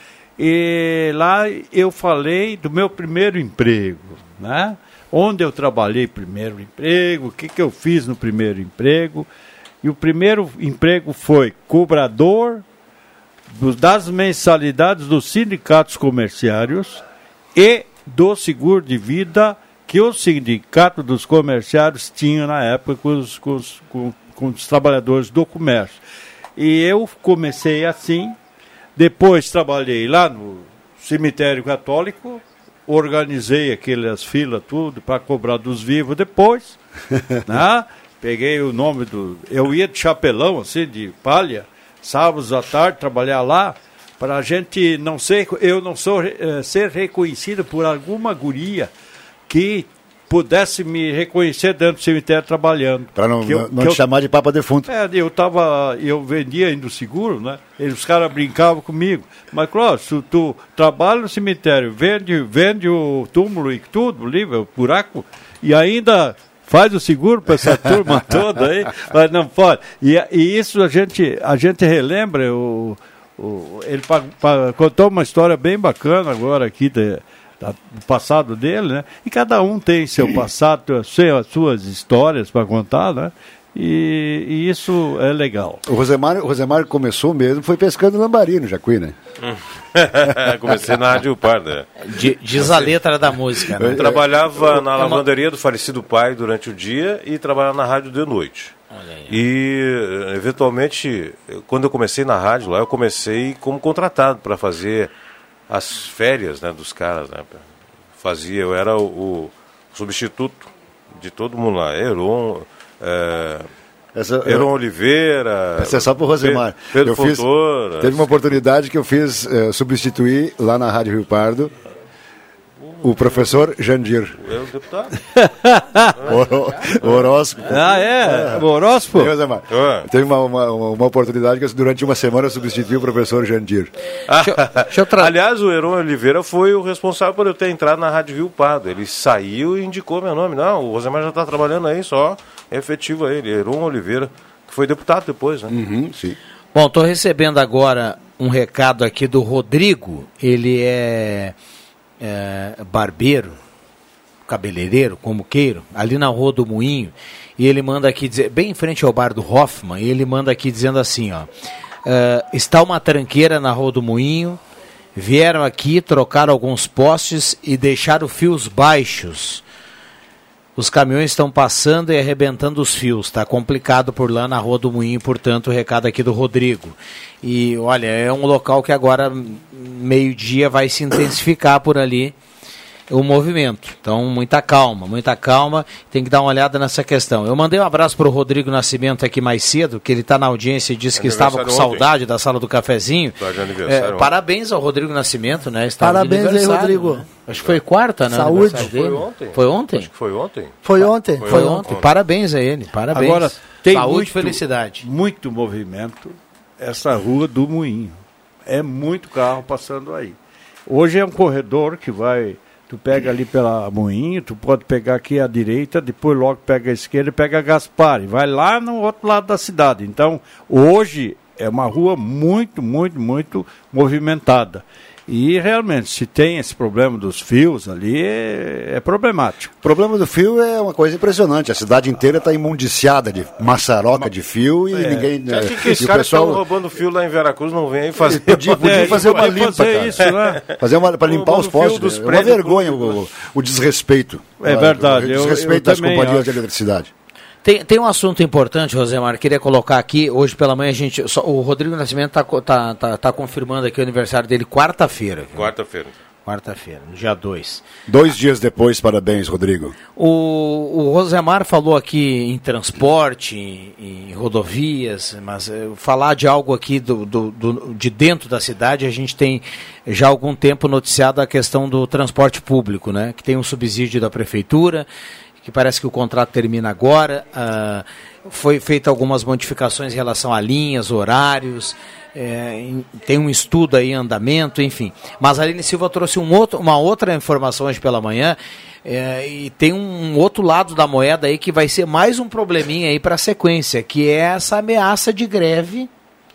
e lá eu falei do meu primeiro emprego, né? Onde eu trabalhei primeiro emprego, o que eu fiz no primeiro emprego. E o primeiro emprego foi cobrador das mensalidades dos sindicatos comerciários e do seguro de vida que o sindicato dos comerciários tinha na época com os trabalhadores do comércio. E eu comecei assim, depois trabalhei lá no cemitério católico, organizei aquelas filas tudo para cobrar dos vivos depois, né? Peguei o nome eu ia de chapelão, assim, de palha, sábados à tarde, trabalhar lá, para a gente não ser reconhecido por alguma guria que pudesse me reconhecer dentro do cemitério trabalhando. Para não te chamar de papa defunto. Eu vendia ainda o seguro, né? Os caras brincavam comigo. Mas, claro, se tu trabalha no cemitério, vende o túmulo e tudo, livre, o buraco, e ainda faz o seguro para essa turma toda aí, mas não pode. E isso a gente relembra, ele contou uma história bem bacana agora aqui do passado dele, né? E cada um tem seu passado, as suas histórias para contar, né? E isso é legal. O Rosemar começou mesmo, foi pescando lambari no Jacuí, né? Comecei na Rádio Parda. Diz a letra da música, né? Eu trabalhava na lavanderia do falecido pai durante o dia e trabalhava na rádio de noite. E, eventualmente, quando eu comecei na rádio lá, eu comecei como contratado para fazer as férias, né, dos caras, né? Eu era o substituto de todo mundo lá. Heron Oliveira. Essa é só pro Rosemar. Pedro Fontoura. Teve uma oportunidade que eu fiz substituir lá na Rádio Rio Pardo. O professor Jandir. É o deputado? O horóscopo. O horóscopo? Teve uma oportunidade que durante uma semana eu substituí o professor Jandir. Aliás, o Heron Oliveira foi o responsável por eu ter entrado na Rádio Rio Pardo. Ele saiu e indicou meu nome. Não, o Rosemar já está trabalhando aí, só efetivo a ele. Heron Oliveira, que foi deputado depois, né? Sim. Bom, estou recebendo agora um recado aqui do Rodrigo. Ele é barbeiro, cabeleireiro, como queiro, ali na Rua do Moinho. E ele manda aqui dizer, bem em frente ao bar do Hoffman, e ele manda aqui dizendo assim, ó. Está uma tranqueira na Rua do Moinho, vieram aqui, trocaram alguns postes e deixaram fios baixos. Os caminhões estão passando e arrebentando os fios. Está complicado por lá na Rua do Moinho, portanto, o recado aqui do Rodrigo. E, olha, é um local que agora, meio-dia, vai se intensificar por ali o movimento. Então, muita calma. Tem que dar uma olhada nessa questão. Eu mandei um abraço para o Rodrigo Nascimento aqui mais cedo, que ele está na audiência e disse que estava com saudade da sala do cafezinho. Parabéns ao Rodrigo Nascimento, né? Parabéns aí, Rodrigo. Né? Acho que foi quarta, né? Saúde. Foi ontem. Foi ontem? Acho que foi ontem. Foi ontem. Parabéns a ele. Parabéns. Agora, tem saúde e felicidade. Muito movimento essa Rua do Moinho. É muito carro passando aí. Hoje é um corredor que vai... Tu pega ali pela Moinho, tu pode pegar aqui à direita, depois logo pega a esquerda e pega a Gaspar. E vai lá no outro lado da cidade. Então, hoje é uma rua muito, muito, muito movimentada. E realmente, se tem esse problema dos fios ali, é problemático. O problema do fio é uma coisa impressionante. A cidade inteira está imundiciada de maçaroca de fio e ninguém... Acho que os caras estão roubando fio lá em Veracruz, não vem aí fazer... Podia fazer uma limpa, cara. Isso, né? Fazer para limpar os postes. É uma vergonha o desrespeito. É verdade. O desrespeito às companhias de eletricidade. Tem um assunto importante, Rosemar, queria colocar aqui, hoje pela manhã o Rodrigo Nascimento tá confirmando aqui o aniversário dele quarta-feira. Quarta-feira, dia 2. 2 dias depois, parabéns, Rodrigo. O Rosemar falou aqui em transporte, em rodovias, mas falar de algo aqui de dentro da cidade, a gente tem já há algum tempo noticiado a questão do transporte público, né? Que tem um subsídio da prefeitura, que parece que o contrato termina agora, foi feita algumas modificações em relação a linhas, horários, tem um estudo aí em andamento, enfim. Mas a Aline Silva trouxe uma outra informação hoje pela manhã, e tem um outro lado da moeda aí que vai ser mais um probleminha aí para a sequência, que é essa ameaça de greve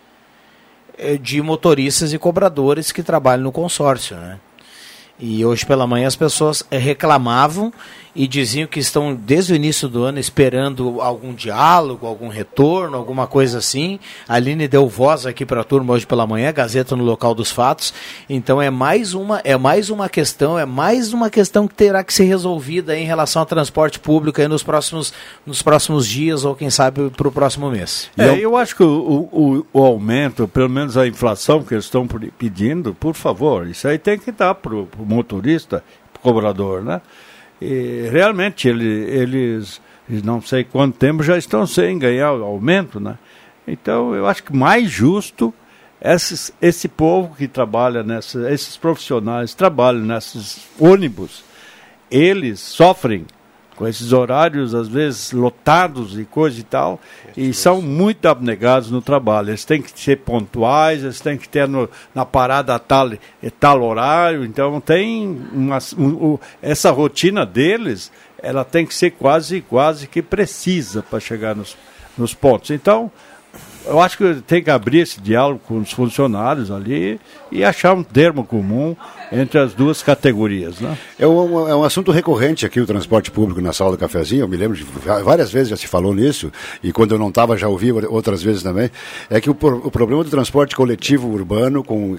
de motoristas e cobradores que trabalham no consórcio, né? E hoje pela manhã as pessoas reclamavam e diziam que estão desde o início do ano esperando algum diálogo, algum retorno, alguma coisa assim. A Aline deu voz aqui para a turma hoje pela manhã, Gazeta no Local dos Fatos. Então é mais uma questão que terá que ser resolvida em relação ao transporte público aí nos próximos dias ou quem sabe para o próximo mês. Eu acho que o aumento, pelo menos a inflação que eles estão pedindo, por favor, isso aí tem que dar para o motorista, para o cobrador, né? E realmente eles não sei quanto tempo já estão sem ganhar aumento, né? Então eu acho que mais justo esse povo que trabalha esses profissionais que trabalham nesses ônibus, eles sofrem com esses horários às vezes lotados e coisa e tal, e são muito abnegados no trabalho. Eles têm que ser pontuais, eles têm que ter na parada tal horário. Então tem essa rotina deles, ela tem que ser quase que precisa para chegar nos pontos. Então eu acho que tem que abrir esse diálogo com os funcionários ali e achar um termo comum entre as duas categorias, né? É um assunto recorrente aqui, o transporte público na sala do cafezinho. Eu me lembro de várias vezes já se falou nisso, e quando eu não estava já ouvi outras vezes também. É que o problema do transporte coletivo urbano com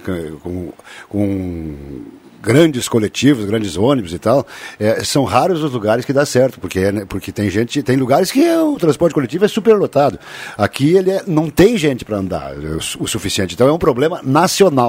grandes coletivos, grandes ônibus e tal, são raros os lugares que dá certo, porque tem lugares que o transporte coletivo é superlotado. Aqui não tem gente para andar o suficiente, então é um problema nacional.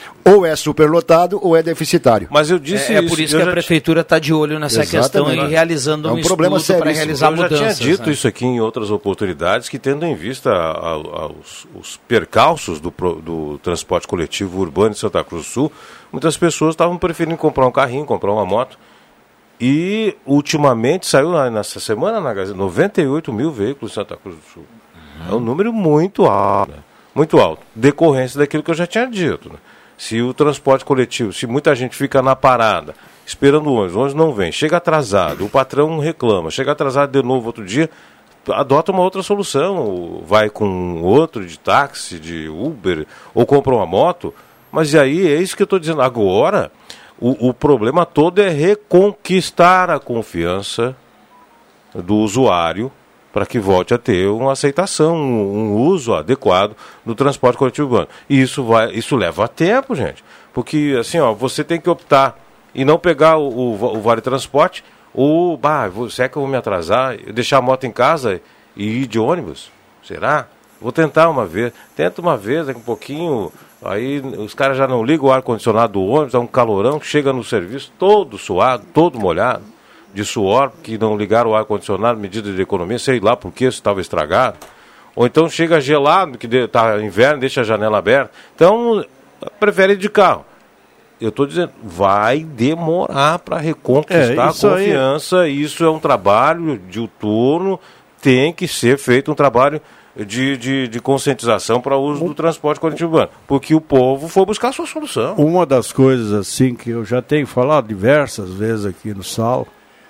Ou é superlotado ou é deficitário. Mas eu disse por isso que a prefeitura está de olho nessa questão e realizando um problema estudo para realizar mudanças. Eu já tinha dito isso aqui em outras oportunidades, que tendo em vista os percalços do transporte coletivo urbano de Santa Cruz do Sul, muitas pessoas estavam preferindo comprar um carrinho, comprar uma moto. E ultimamente saiu nessa semana na Gazeta 98 mil veículos em Santa Cruz do Sul. É um número muito alto, né? Muito alto, decorrência daquilo que eu já tinha dito, né? Se o transporte coletivo, se muita gente fica na parada, esperando o ônibus não vem, chega atrasado, o patrão reclama, chega atrasado de novo outro dia, adota uma outra solução, vai com outro de táxi, de Uber, ou compra uma moto, mas e aí é isso que eu estou dizendo. Agora, o problema todo é reconquistar a confiança do usuário para que volte a ter uma aceitação, um uso adequado do transporte coletivo urbano. E isso leva tempo, gente. Porque, assim, você tem que optar e não pegar o Vale Transporte, ou, será que eu vou me atrasar, deixar a moto em casa e ir de ônibus? Será? Vou tentar uma vez. Tenta uma vez, daqui um pouquinho, aí os caras já não ligam o ar-condicionado do ônibus, é um calorão que chega no serviço todo suado, todo molhado, de suor, que não ligaram o ar-condicionado, medida de economia, sei lá por que isso estava estragado. Ou então chega gelado, que está inverno, deixa a janela aberta. Então, prefere ir de carro. Eu estou dizendo, vai demorar para reconquistar a confiança. Isso é um trabalho diuturno, tem que ser feito um trabalho de conscientização para o uso do transporte coletivo urbano, porque o povo foi buscar a sua solução. Uma das coisas assim que eu já tenho falado diversas vezes aqui no SAL,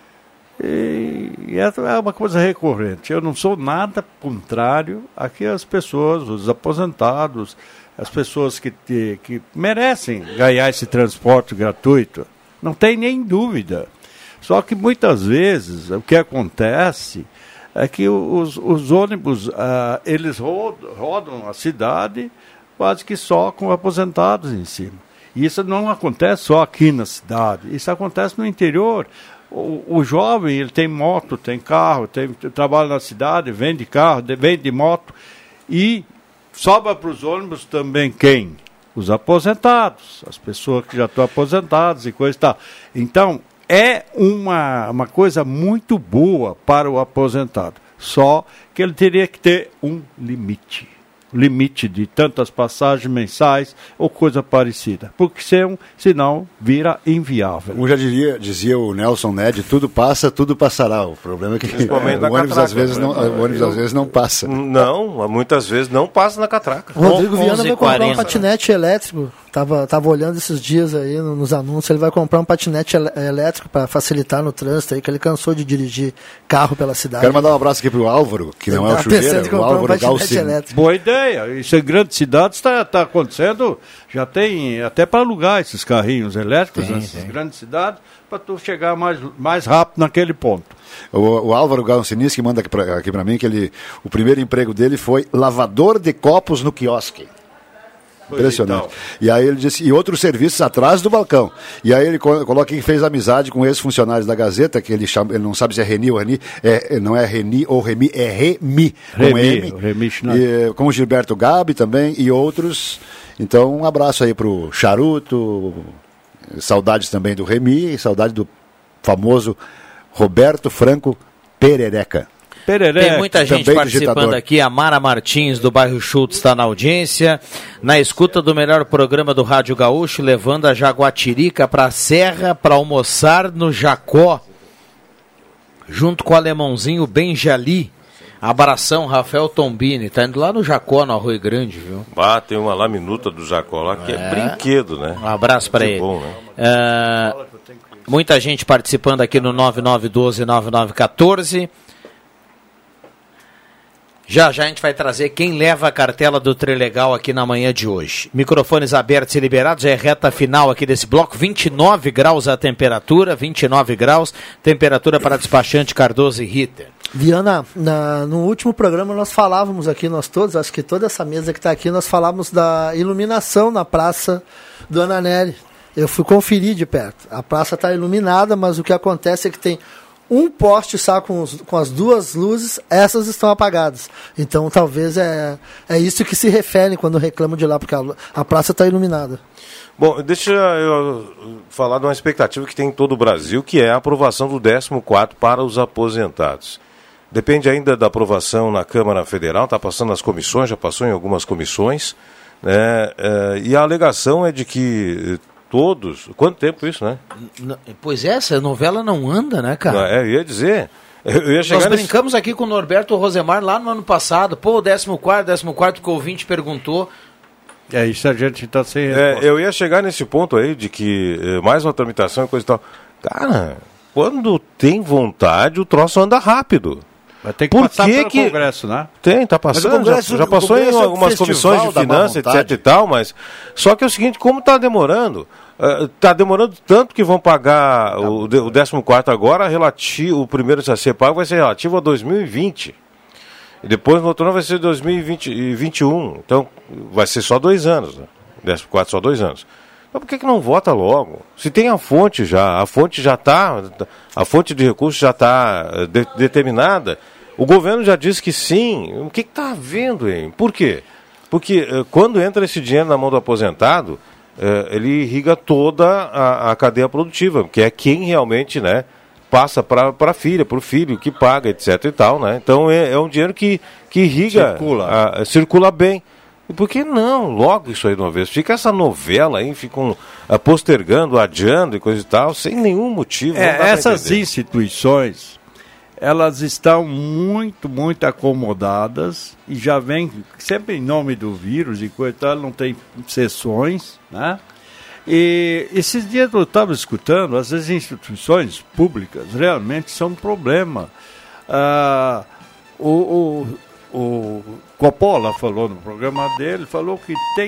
e é uma coisa recorrente. Eu não sou nada contrário a que as pessoas, os aposentados, as pessoas que merecem ganhar esse transporte gratuito, não tem nem dúvida. Só que muitas vezes o que acontece é que os ônibus, eles rodam a cidade quase que só com aposentados em cima. E isso não acontece só aqui na cidade, isso acontece no interior. O jovem, ele tem moto, tem carro, trabalha na cidade, vende carro, vende moto, e sobra para os ônibus também quem? Os aposentados, as pessoas que já estão aposentadas e coisa e tal. Então, é uma coisa muito boa para o aposentado, só que ele teria que ter um limite de tantas passagens mensais ou coisa parecida, porque senão vira inviável. Como já dizia o Nelson Ned, tudo passa, tudo passará. O problema é que o ônibus às vezes não passa. Não, muitas vezes não passa na catraca. Rodrigo Viana vai comprar um patinete elétrico. Tava olhando esses dias aí nos anúncios, ele vai comprar um patinete elétrico para facilitar no trânsito aí, que ele cansou de dirigir carro pela cidade. Quero mandar um abraço aqui pro Álvaro, que não é o Chuveira, o Álvaro Galcin. Boa ideia, isso em grandes cidades está acontecendo, já tem até para alugar esses carrinhos elétricos nessas grandes cidades, para tu chegar mais rápido naquele ponto. O Álvaro Galcinis que manda aqui para mim que o primeiro emprego dele foi lavador de copos no quiosque. Impressionante. E aí ele disse, e outros serviços atrás do balcão. E aí ele coloca que fez amizade com ex-funcionários da Gazeta, que ele não sabe se é Reni ou Reni, não é Reni ou Remi, é Remi, com o Gilberto Gabi também e outros. Então um abraço aí pro Charuto, saudades também do Remi, saudade do famoso Roberto Franco Perereca. Tem muita gente participando aqui. A Mara Martins, do bairro Schultz, está na audiência. Na escuta do melhor programa do Rádio Gaúcho, levando a Jaguatirica para a Serra para almoçar no Jacó, junto com o alemãozinho Benjali. Abração, Rafael Tombini. Está indo lá no Jacó, no Arroio Grande, viu? Tem uma laminuta do Jacó lá que é brinquedo, né? Um abraço para ele. Bom, né? Muita gente participando aqui no 9912-9914. Já a gente vai trazer quem leva a cartela do Trilegal aqui na manhã de hoje. Microfones abertos e liberados, é reta final aqui desse bloco. 29 graus a temperatura, 29 graus, temperatura para despachante Cardoso e Ritter. Viana, no último programa nós falávamos aqui, nós todos, acho que toda essa mesa que está aqui, nós falávamos da iluminação na Praça do Ananelli. Eu fui conferir de perto. A praça está iluminada, mas o que acontece é que tem um poste está com as duas luzes, essas estão apagadas. Então talvez é isso que se refere quando reclamam de lá, porque a praça está iluminada. Bom, deixa eu falar de uma expectativa que tem em todo o Brasil, que é a aprovação do 14º para os aposentados. Depende ainda da aprovação na Câmara Federal, está passando nas comissões, já passou em algumas comissões, né? E a alegação é de que todos... Quanto tempo isso, né? Pois é, essa novela não anda, né, cara? Eu ia dizer... Nós brincamos aqui com o Norberto Rosemar lá no ano passado. Pô, o 14º que o ouvinte perguntou... Isso a gente está sem resposta. Eu ia chegar nesse ponto aí de que mais uma tramitação e coisa e tal. Cara, quando tem vontade, o troço anda rápido. Vai ter que passar pelo Congresso, né? Tá passando. Já passou em algumas comissões de finanças, etc e tal, mas... Só que é o seguinte, como está demorando? Está demorando tanto que vão pagar o 14º agora, o primeiro a ser pago vai ser relativo a 2020. E depois no outro ano vai ser 2021. Então vai ser só 2 anos, né? 14º só 2 anos. Mas por que não vota logo? Se tem a fonte já está, a fonte de recursos já está determinada, o governo já disse que sim. O que está havendo, hein? Por quê? Porque quando entra esse dinheiro na mão do aposentado, ele irriga toda a cadeia produtiva, que é quem realmente, né, passa para a filha, para o filho, que paga, etc e tal, né? Então é um dinheiro que irriga, circula bem. E por que não? Logo isso aí de uma vez. Fica essa novela aí, ficam postergando, adiando e coisa e tal, sem nenhum motivo. Essas instituições, elas estão muito, muito acomodadas e já vem sempre em nome do vírus e coisa e tal, não tem sessões, né? E esses dias eu estava escutando, as instituições públicas realmente são um problema. O Coppola falou no programa dele, falou que tem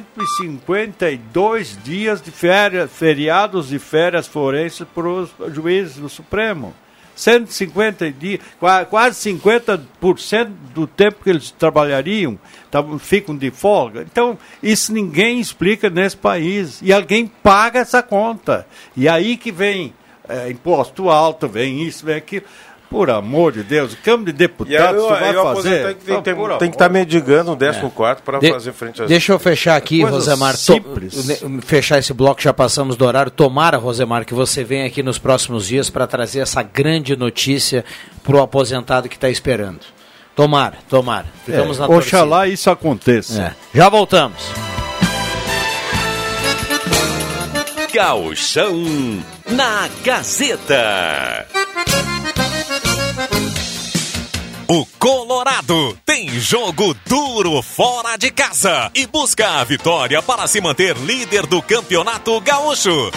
152 dias de feriados de férias forenses para os juízes do Supremo. 150 dias, quase 50% do tempo que eles trabalhariam ficam de folga. Então, isso ninguém explica nesse país. E alguém paga essa conta. E aí que vem imposto alto, vem isso, vem aquilo. Por amor de Deus, Câmara de Deputados, você vai fazer... Tem que estar mendigando o 14º para fazer frente a... Deixa eu fechar aqui, Rosemar. Fechar esse bloco, já passamos do horário. Tomara, Rosemar, que você venha aqui nos próximos dias para trazer essa grande notícia para o aposentado que está esperando. Tomara. Ficamos na torcida. Oxalá isso aconteça. Já voltamos. Gauchão na Gazeta. O Colorado tem jogo duro fora de casa e busca a vitória para se manter líder do Campeonato Gaúcho.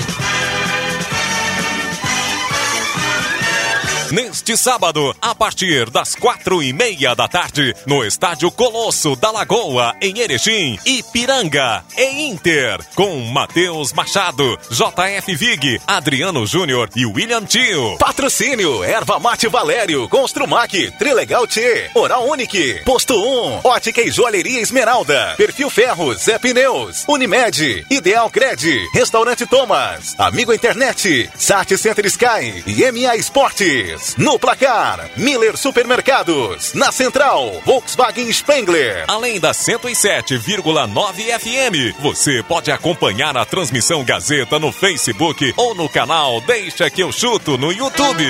Neste sábado, a partir das 4:30 da tarde, no Estádio Colosso da Lagoa, em Erechim, Ipiranga e Inter, com Matheus Machado, JF Vig, Adriano Júnior e William Tio. Patrocínio, Erva Mate Valério, Construmac, Trilegal T, Oral Unique, Posto 1, Ótica e Joalheria Esmeralda, Perfil Ferros, Zé Pneus, Unimed, Ideal Cred, Restaurante Thomas, Amigo Internet, Sat Center Sky e MA Esportes. No placar, Miller Supermercados. Na central, Volkswagen Spengler. Além da 107,9 FM, você pode acompanhar a transmissão Gazeta no Facebook ou no canal Deixa que eu chuto no YouTube.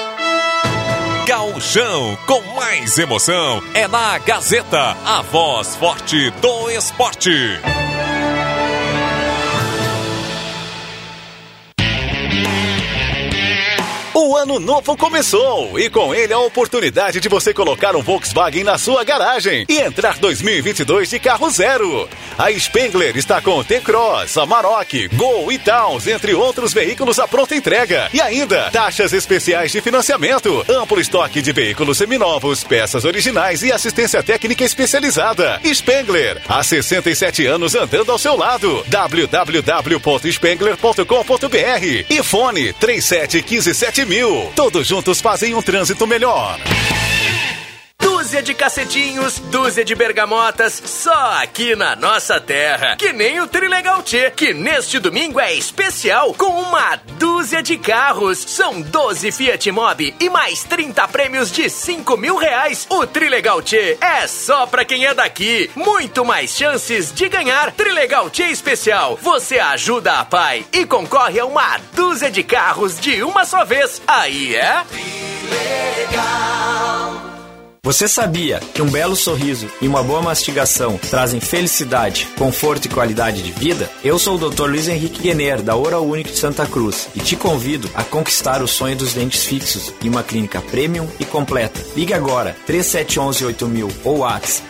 Gauchão, com mais emoção, é na Gazeta, a voz forte do esporte. O ano novo começou e com ele a oportunidade de você colocar um Volkswagen na sua garagem e entrar 2022 de carro zero. A Spengler está com T-Cross, Amarok, Gol e Taos, entre outros veículos à pronta entrega. E ainda, taxas especiais de financiamento, amplo estoque de veículos seminovos, peças originais e assistência técnica especializada. Spengler, há 67 anos andando ao seu lado. www.spengler.com.br e fone 37157000. Todos juntos fazem um trânsito melhor. dúzia de cacetinhos, dúzia de bergamotas, só aqui na nossa terra. Que nem o Trilegal Tchê, que neste domingo é especial com uma dúzia de carros. São 12 Fiat Mobi e mais 30 prêmios de R$5.000. O Trilegal Tchê é só pra quem é daqui. Muito mais chances de ganhar. Trilegal Tchê especial. Você ajuda a pai e concorre a uma dúzia de carros de uma só vez. Aí é... Trilegal. Você sabia que um belo sorriso e uma boa mastigação trazem felicidade, conforto e qualidade de vida? Eu sou o Dr. Luiz Henrique Guener, da Oral Unique de Santa Cruz, e te convido a conquistar o sonho dos dentes fixos em uma clínica premium e completa. Ligue agora, 3711-8000 ou WhatsApp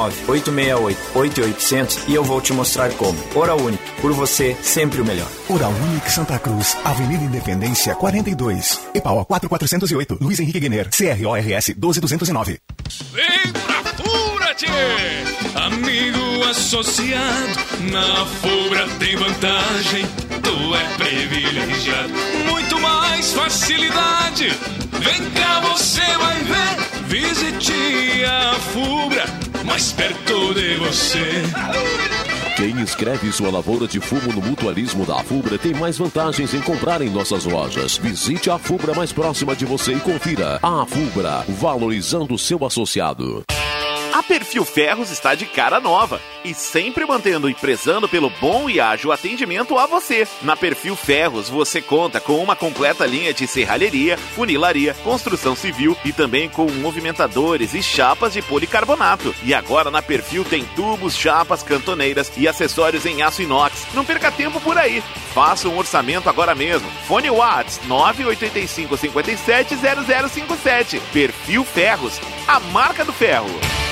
99868-8800 e eu vou te mostrar como. Oral Unique, por você, sempre o melhor. Oral Unique Santa Cruz, Avenida Independência 42, EPAO 4408, Luiz Henrique Guener, CRORS 12209. Vem pra Fubra, tchê! Amigo associado, na Fubra tem vantagem, tu é privilegiado, muito mais facilidade. Vem cá, você vai ver, visite a Fubra, mais perto de você. Quem inscreve sua lavoura de fumo no mutualismo da Fubra tem mais vantagens em comprar em nossas lojas. Visite a Fubra mais próxima de você e confira. A Fubra, valorizando o seu associado. A Perfil Ferros está de cara nova e sempre mantendo e prezando pelo bom e ágil atendimento a você. Na Perfil Ferros você conta com uma completa linha de serralheria, funilaria, construção civil e também com movimentadores e chapas de policarbonato. E agora na Perfil tem tubos, chapas, cantoneiras e acessórios em aço inox. Não perca tempo por aí. Faça um orçamento agora mesmo. Fone Whats 985 57 0057. Perfil Ferros, a marca do ferro.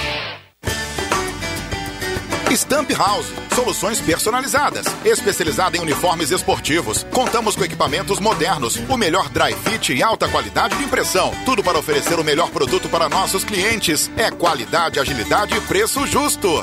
Stamp House, soluções personalizadas, especializada em uniformes esportivos. Contamos com equipamentos modernos, o melhor dry fit e alta qualidade de impressão. Tudo para oferecer o melhor produto para nossos clientes. É qualidade, agilidade e preço justo.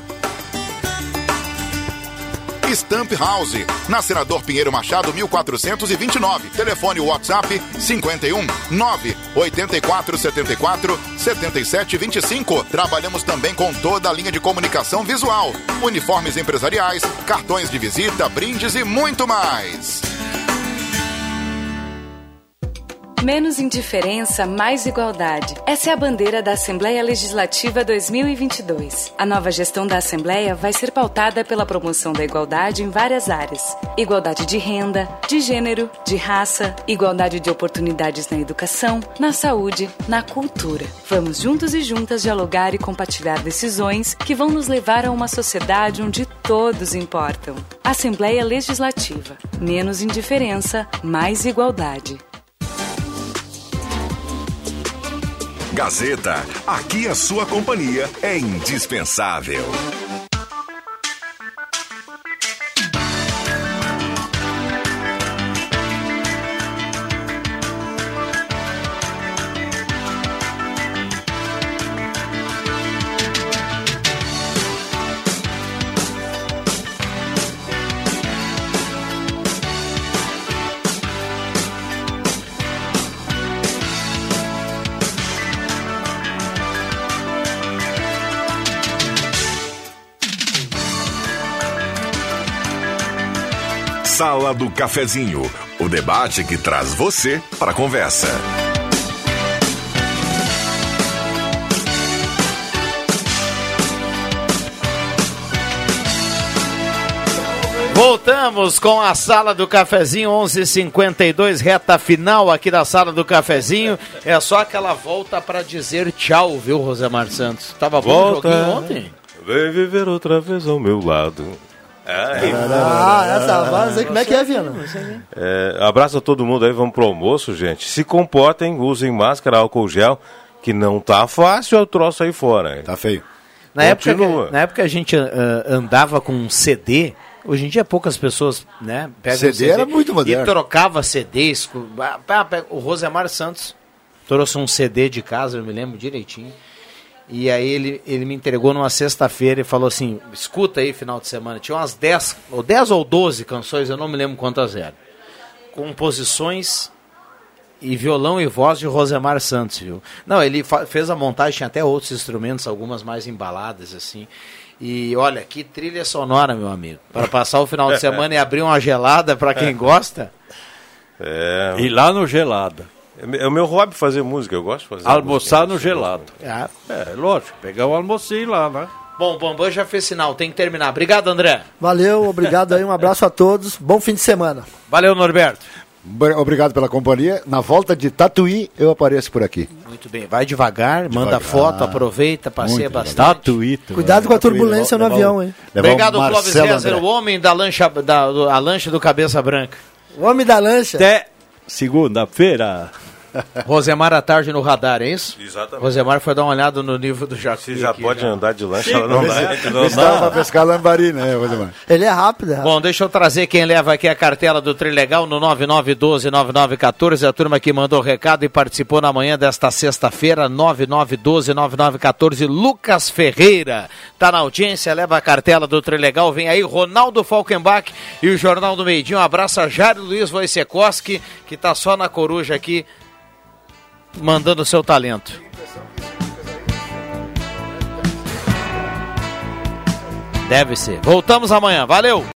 Stamp House, na Senador Pinheiro Machado 1429. Telefone WhatsApp 51 984 74 77 25. Trabalhamos também com toda a linha de comunicação visual, uniformes empresariais, cartões de visita, brindes e muito mais. Menos indiferença, mais igualdade. Essa é a bandeira da Assembleia Legislativa 2022. A nova gestão da Assembleia vai ser pautada pela promoção da igualdade em várias áreas. Igualdade de renda, de gênero, de raça, igualdade de oportunidades na educação, na saúde, na cultura. Vamos juntos e juntas dialogar e compartilhar decisões que vão nos levar a uma sociedade onde todos importam. Assembleia Legislativa. Menos indiferença, mais igualdade. Gazeta, aqui a sua companhia é indispensável. Sala do Cafezinho, o debate que traz você para a conversa. Voltamos com a Sala do Cafezinho, 11h52, reta final aqui da Sala do Cafezinho. É só aquela volta para dizer tchau, viu, Rosemar Santos? Tava bom o joguinho ontem? Vem viver outra vez ao meu lado. Essa voz aí, como é que é, Viana? Abraço a todo mundo aí, vamos pro almoço, gente. Se comportem, usem máscara, álcool gel, que não tá fácil o troço aí fora. Hein? Tá feio. Na época a gente andava com um CD, hoje em dia poucas pessoas, né, pegam CD era muito moderno. E trocava CDs. O Rosemar Santos trouxe um CD de casa, eu me lembro direitinho. E aí ele me entregou numa sexta-feira e falou assim, escuta aí final de semana, tinha umas 10 ou 12 canções, eu não me lembro quantas eram. Composições E violão e voz de Rosemar Santos, viu? Não, ele fez a montagem, tinha até outros instrumentos, algumas mais embaladas, assim. E olha, que trilha sonora, meu amigo. Para passar o final de semana e abrir uma gelada para quem gosta. E lá no gelada. É o meu hobby fazer música, eu gosto de fazer almoçar música, no gelado. Lógico, pegar o almocinho lá, né? Bom, o Bambam já fez sinal, tem que terminar. Obrigado, André. Valeu, obrigado aí, um abraço a todos. Bom fim de semana. Valeu, Norberto. Obrigado pela companhia. Na volta de Tatuí, eu apareço por aqui. Muito bem, vai devagar, manda foto, aproveita, passeia bastante. Tatuí. Cuidado com a turbulência no avião, hein? Obrigado, Clóvis César, o homem da lancha, a lancha do Cabeça Branca. O homem da lancha. Até segunda-feira. Rosemar à tarde no radar, é isso? Exatamente. Rosemar foi dar uma olhada no nível do Jacuí. Se já aqui, pode andar de lancha, Sim, ela não dá. Estava para pescar lambari, né, Rosemar? Ele é rápido, Bom, deixa eu trazer quem leva aqui a cartela do Trilegal no 9912-9914. A turma que mandou recado e participou na manhã desta sexta-feira, 9912-9914. Lucas Ferreira tá na audiência, leva a cartela do Trilegal. Vem aí Ronaldo Falkenbach e o Jornal do Meio-Dia. Um abraço a Jário Luiz Wojciechowski, que tá só na coruja aqui, mandando o seu talento. Deve ser. Voltamos amanhã. Valeu!